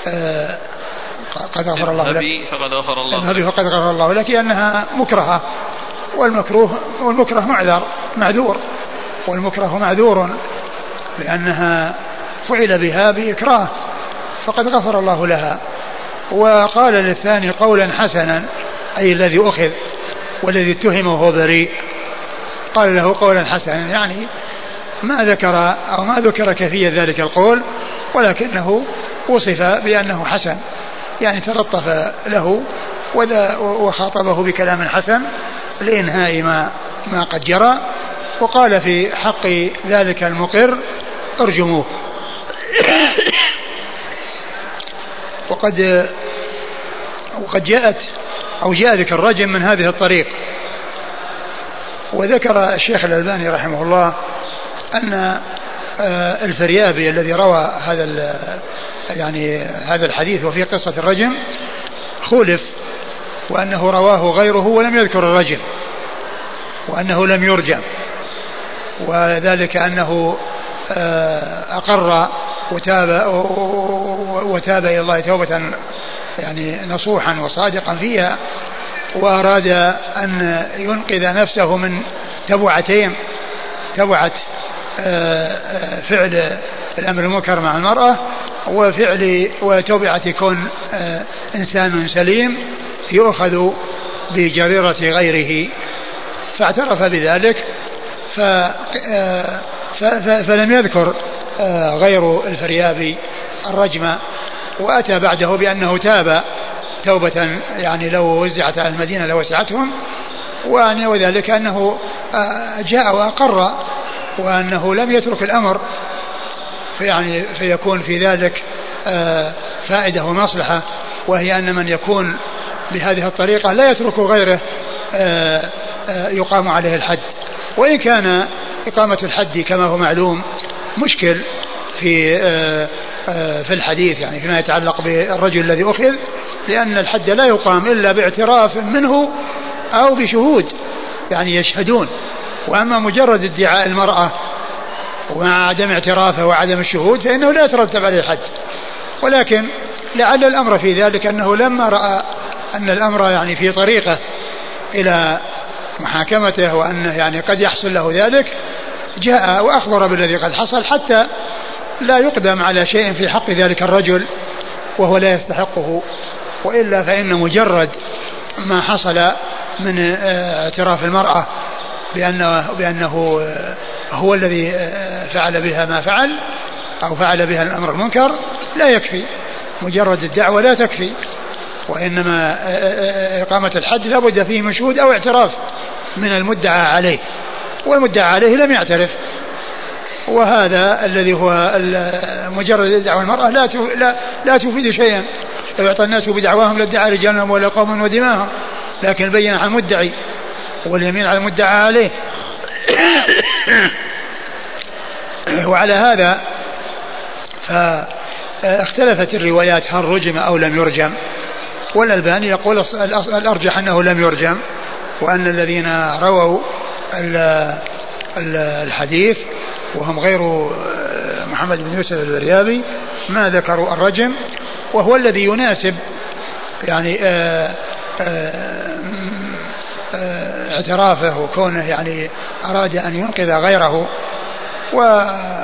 قد غفر الله لك فقد غفر الله اذهبي فقد غفر الله لك أنها مكرهة والمكروه والمكره معذر معذور والمكره معذور لأنها فعل بها بإكراه فقد غفر الله لها. وقال للثاني قولا حسنا أي الذي أخذ والذي اتهم وهو بريء قال له قولا حسنا، يعني ما ذكر أو ما ذكر كيفية ذلك القول، ولكنه وصف بأنه حسن، يعني تلطف له وخاطبه بكلام حسن لإنهاء ما, ما قد جرى. وقال في حق ذلك المقر ارجموه. وقد وقد جاءت أو جاء ذكر الرجم من هذه الطريق. وذكر الشيخ الألباني رحمه الله أن الفريابي الذي روى هذا يعني هذا الحديث وفي قصة الرجم خولف، وأنه رواه غيره ولم يذكر الرجم، وأنه لم يرجم، وذلك أنه أقر وتاب وتاب إلى الله توبة يعني نصوحا وصادقا فيها، وأراد أن ينقذ نفسه من تبعتين، تبعة فعل الأمر المنكر مع المرأة وفعل وتبعة كون إنسان سليم يؤخذ بجريرة غيره، فاعترف بذلك فلم يذكر غير الفريابي الرجم، وأتى بعده بأنه تاب توبة يعني لو وزعت على المدينة لوسعتهم، وذلك أنه جاء وأقر وأنه لم يترك الأمر، فيعني فيكون في ذلك فائدة ومصلحة، وهي أن من يكون بهذه الطريقة لا يترك غيره يقام عليه الحد. وإن كان إقامة الحد كما هو معلوم مشكل في في الحديث، يعني فيما يتعلق بالرجل الذي أخذ، لأن الحد لا يقام إلا باعتراف منه أو بشهود يعني يشهدون، وأما مجرد ادعاء المرأة ومع عدم اعترافه وعدم الشهود فإنه لا يترتب عليه الحد. ولكن لعل الأمر في ذلك أنه لما رأى أن الأمر يعني في طريقه إلى محاكمته وأنه يعني قد يحصل له ذلك، جاء وأخبر بالذي قد حصل حتى لا يقدم على شيء في حق ذلك الرجل وهو لا يستحقه، وإلا فإن مجرد ما حصل من اعتراف المرأة بأنه, بأنه هو الذي فعل بها ما فعل أو فعل بها الأمر المنكر لا يكفي، مجرد الدعوة لا تكفي، وإنما إقامة الحد لا بد فيه من شهود أو اعتراف من المدعى عليه، والمدعى عليه لم يعترف، وهذا الذي هو مجرد دعوى المرأة لا لا لا تفيد شيئا. لو يعطى الناس بدعواهم لادعى رجالهم ولا قوم ودماهم، لكن البين على المدعي واليمين على المدعى عليه. وعلى هذا فاختلفت الروايات هل رجم أو لم يرجم، والألباني يقول الأرجح أنه لم يرجم، وأن الذين رووا الحديث وهم غير محمد بن يوسف الفريابي ما ذكروا الرجم، وهو الذي يناسب يعني آآ آآ آآ اعترافه وكونه يعني أراد أن ينقذ غيره. و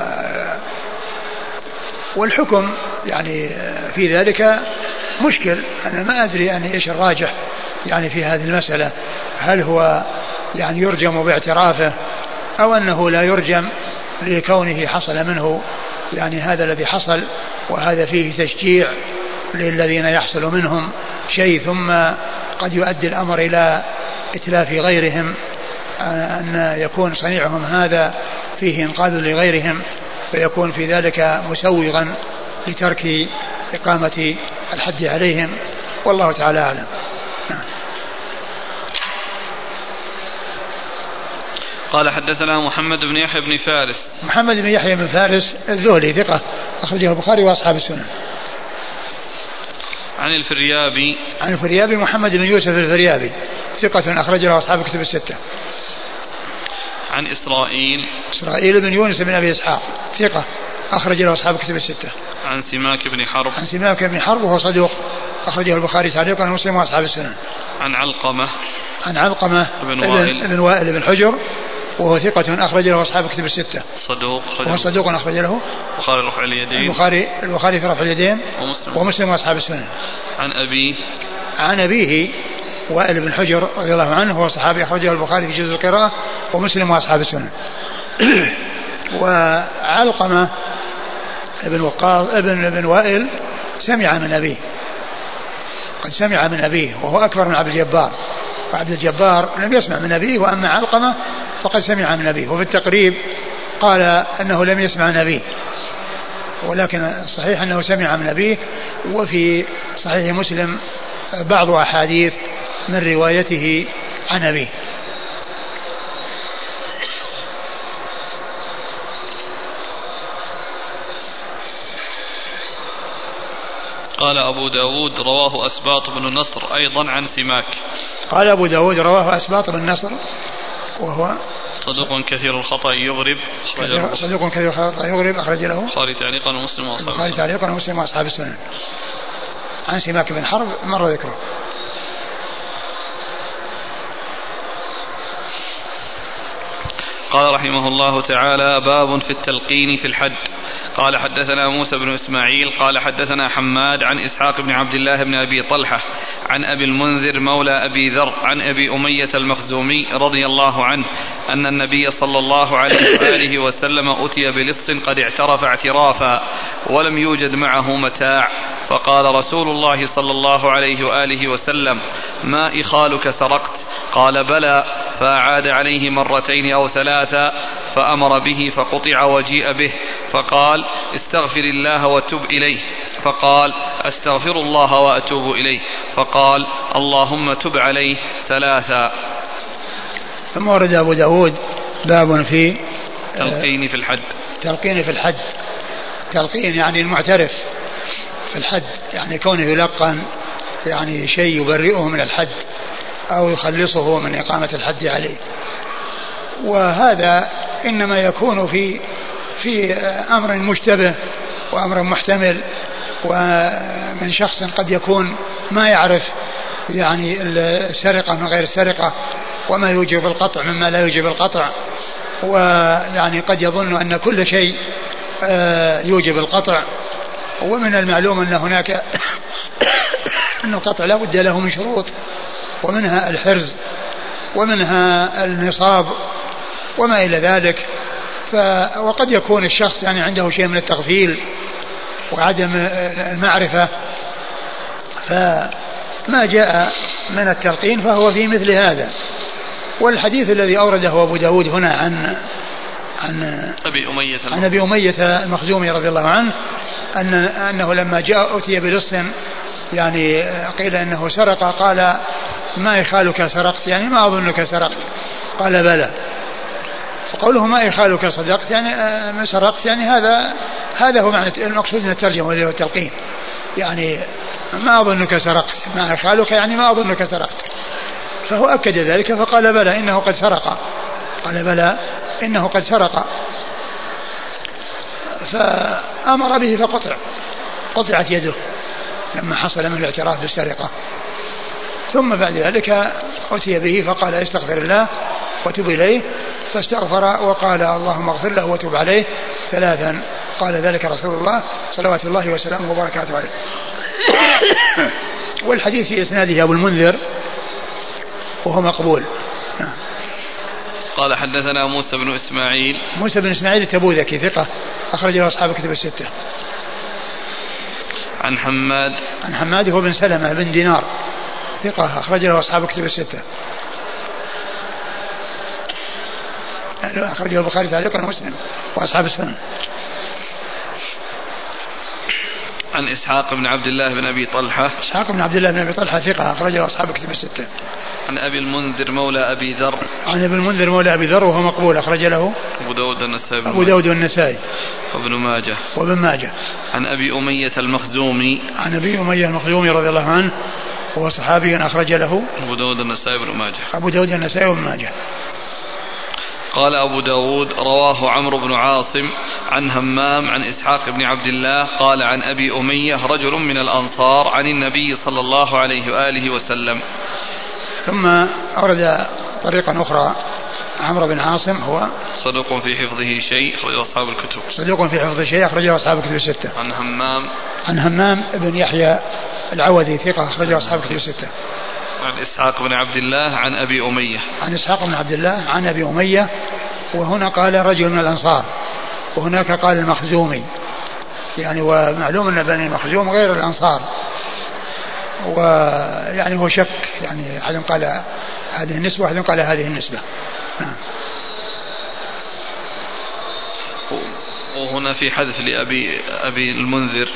والحكم يعني في ذلك مشكل، أنا ما أدري يعني إيش الراجح يعني في هذه المسألة، هل هو يعني يرجم باعترافه أو أنه لا يرجم لكونه حصل منه يعني هذا الذي حصل، وهذا فيه تشجيع للذين يحصل منهم شيء ثم قد يؤدي الأمر إلى إتلاف غيرهم، أن يكون صنيعهم هذا فيه إنقاذ لغيرهم، فيكون في ذلك مسوغا لترك إقامة الحد عليهم، والله تعالى أعلم. قال حدثنا محمد بن يحيى بن فارس. محمد بن يحيى بن فارس الذهلي ثقة أخرجه البخاري وأصحاب السنن. عن الفريابي. عن الفريابي محمد بن يوسف الفريابي ثقة أخرج له أصحاب الكتب الستة. عن إسرائيل. إسرائيل بن يونس بن أبي إسحاق ثقة أخرج له أصحاب الكتب الستة. عن سماك بن حرب. عن سماك بن حرب وهو صدوق أخرجه البخاري تعليقا ومسلم وأصحاب السنن. عن علقمة. عن علقمة بن وائل بن وائل بن حجر وهو ثقة أخرج له أصحاب الكتب الستة. صدوق. وهو صدوق أخرج له البخاري رفع اليدين. البخاري البخاري في رفع اليدين ومسلم. ومسلم وأصحاب السنن. عن أبيه. عن أبيه وائل بن حجر رضي الله عنه، هو صحابي أخرجه البخاري في جزء القراءة ومسلم وأصحاب السنن. وعلقمة ابن وقاص ابن ابن وائل سمع من أبيه، قد سمع من أبيه وهو أكبر من عبد الجبار، وعبد الجبار لم يسمع من أبيه، وأما علقمة فقد سمع من أبيه. وفي التقريب قال أنه لم يسمع من أبيه، ولكن الصحيح أنه سمع من أبيه. وفي صحيح مسلم بعض أحاديث من روايته عن أبيه. قال أبو داود رواه أسباط بن نصر أيضا عن سماك. قال أبو داود رواه أسباط بن نصر وهو صدوق كثير الخطأ يغرب، صدوق كثير الخطأ يغرب، أخرج له البخاري تعليقا ومسلم وأصحاب البخاري تعليقا ومسلم وأصحاب السنن. عن سماك بن حرب مر ذكره. قال رحمه الله تعالى: باب في التلقين في الحد. قال حدثنا موسى بن إسماعيل قال حدثنا حماد عن إسحاق بن عبد الله بن أبي طلحة عن أبي المنذر مولى أبي ذر عن أبي أمية المخزومي رضي الله عنه أن النبي صلى الله عليه وآله وسلم أتي بلص قد اعترف اعترافا ولم يوجد معه متاع، فقال رسول الله صلى الله عليه وآله وسلم: ما إخالك سرقت؟ قال: بلى. فأعاد عليه مرتين أو ثلاثا فأمر به فقطع وجيء به، فقال: استغفر الله وتب إليه. فقال: أستغفر الله وأتوب إليه. فقال: اللهم تب عليه ثلاثا. ثم ورد أبو داود باب في تلقين في الحد. تلقين في الحد، تلقين يعني المعترف في الحد، يعني كونه يلقن يعني شيء يبرئه من الحد أو يخلصه من إقامة الحد عليه. وهذا إنما يكون في في أمر مشتبه وأمر محتمل، ومن شخص قد يكون ما يعرف يعني السرقة من غير السرقة، وما يوجب القطع مما لا يوجب القطع، ويعني قد يظن أن كل شيء يوجب القطع. ومن المعلوم أن هناك أن القطع لا بد له من شروط، ومنها الحرز ومنها النصاب وما إلى ذلك. ف وقد يكون الشخص يعني عنده شيء من التغفيل وعدم المعرفة، فما جاء من التلقين فهو في مثل هذا. والحديث الذي أورده أبو داود هنا عن عن أبي أمية عن أبي أمية المخزومي رضي الله عنه أن أنه لما جاء أتي بلص يعني قيل أنه سرق، قال: ما يخالك سرقت؟ يعني ما أظنك سرقت. قال: بلى. فقوله ما يخالك صدقت يعني سرقت، يعني هذا هذا هو معنى المقصود من الترجمة واللي هو التلقين، يعني ما أظنك سرقت، ما يخالك يعني ما أظنك سرقت. فهو أكد ذلك فقال: بلى إنه قد سرق. قال: بلى إنه قد سرق. فأمر به فقطع، قطعت يده لما حصل منه الاعتراف بالسرقة. ثم بعد ذلك أتي به فقال: استغفر الله وتب إليه. فاستغفر وقال: اللهم اغفر له وتب عليه ثلاثا. قال ذلك رسول الله صلوات الله وسلامه وبركاته عليه. والحديث في إسناده أبو المنذر وهو مقبول. قال حدثنا موسى بن إسماعيل موسى بن إسماعيل التبوذكي ثقة أخرج له أصحاب كتب الستة. عن حماد عن حماد هو بن سلمة بن دينار ثقة أخرج له أصحاب كتب الستة. أخرجه البخاري تعليقا ومسلم وأصحاب السنن. عن إسحاق بن عبد الله بن أبي طلحة إسحاق بن عبد الله بن أبي طلحة ثقة أخرجه أصحاب كتب الستة. عن أبي المنذر مولى أبي ذر عن أبي المنذر مولى أبي ذر وهو مقبول أخرج له أبو داود النسائي أبو داود والنسائي وابن ماجه وابن ماجه. عن أبي أمية المخزومي عن أبي أمية المخزومي رضي الله عنه وهو صحابي أخرج له أبو داود النسائي وابن ماجه أبو داود النسائي وابن ماجه. قال أبو داود رواه عمرو بن عاصم عن همام عن إسحاق بن عبد الله قال عن أبي أمية رجل من الأنصار عن النبي صلى الله عليه وآله وسلم. ثم أورد طريقا أخرى عمرو بن عاصم هو صدوق في حفظه شيء أخرجه أصحاب الكتب صدوق في حفظه شيء أخرجه أصحاب الكتب الستة. عن همام عن همام بن يحيى العوذي ثقة أخرجه أصحاب الكتب الستة. عن إسحاق بن عبد الله عن أبي أمية. عن إسحاق بن عبد الله عن أبي أمية، وهنا قال رجل من الأنصار، وهناك قال المخزومي، يعني ومعلوم أن بني المخزوم غير الأنصار، ويعني هو شك، يعني أحد قال هذه النسبة وأحد قال هذه النسبة. وهنا في حذف لأبي أبي المنذر،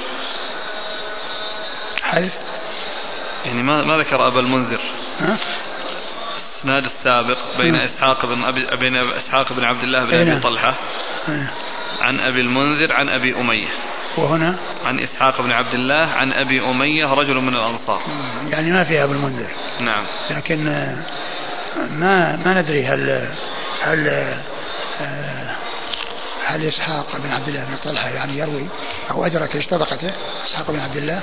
حذف يعني ما ما ذكر أبا المنذر. ها؟ الإسناد السابق بين م. إسحاق بن أبي بين إسحاق بن عبد الله بن أبي طلحة م. عن أبي المنذر عن أبي أمية، وهنا عن إسحاق بن عبد الله عن أبي أمية رجل من الأنصار، يعني ما فيها أبو المنذر. نعم. لكن ما ما ندري هل هل هل إسحاق بن عبد الله بن طلحة يعني يروي أو أدرك إيش طبقته إسحاق بن عبد الله.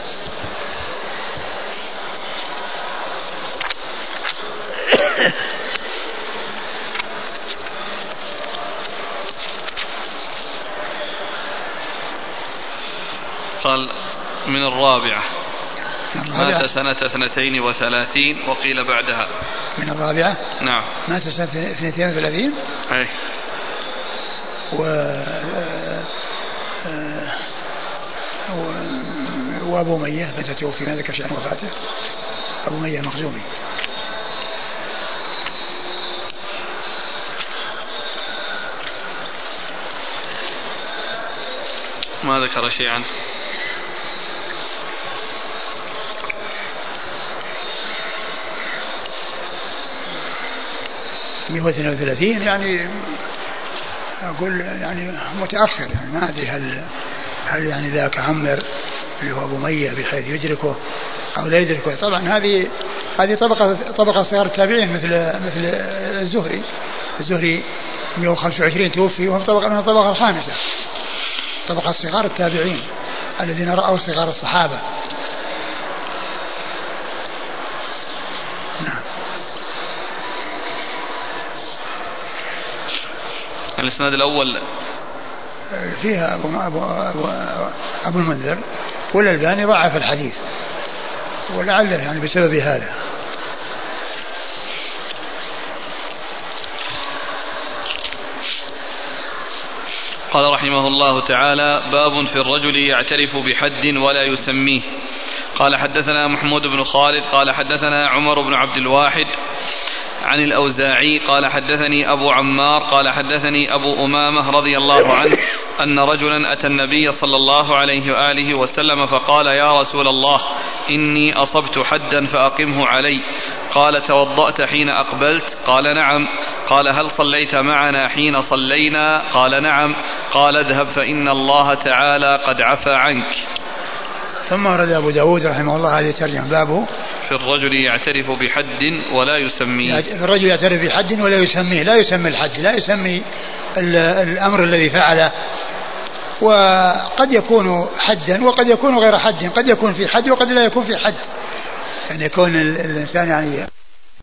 قال من الرابعة، مات سنة اثنتين وثلاثين وقيل بعدها. من الرابعة؟ نعم. مات سنة اثنتين وثلاثين؟ أي. و... و... وأبو أمية متى توفي؟ ما ذكر شيء عن وفاته. أبو أمية المخزومي. ما ذكر شيء عنه. مئة واثنين وثلاثين يعني أقول يعني متأخر، يعني ما أدري هل هل يعني ذاك عمر اللي هو أبو أمية بحيث يدركه أو لا يدركه. طبعا هذه هذه طبقة طبقة صغار التابعين مثل مثل الزهري. الزهري مئة وخمسة وعشرين توفي وهم طبقة من الطبقة الخامسة، طبقة صغار التابعين الذين رأوا صغار الصحابة. نعم. الإسناد الأول فيها أبو, أبو, أبو, أبو المنذر، والألباني ضعف الحديث ولعله يعني بسبب هذا. قال رحمه الله تعالى: باب في الرجل يعترف بحد ولا يسميه. قال حدثنا محمود بن خالد قال حدثنا عمر بن عبد الواحد عن الأوزاعي قال حدثني أبو عمار قال حدثني أبو أمامة رضي الله عنه أن رجلا أتى النبي صلى الله عليه وآله وسلم فقال: يا رسول الله، إني أصبت حدا فأقمه علي. قال: توضأت حين أقبلت؟ قال: نعم. قال: هل صليت معنا حين صلينا؟ قال: نعم. قال: اذهب فإن الله تعالى قد عفى عنك. ثم ورد أبو داود رحمه الله هذه الترجمة: بابه في الرجل يعترف بحد ولا يسميه. في الرجل يعترف بحد ولا يسميه، لا يسمي الحد، لا يسمي الأمر الذي فعله، وقد يكون حدا وقد يكون غير حد، قد يكون في حد وقد لا يكون في حد، يعني يكون الإنسان يعني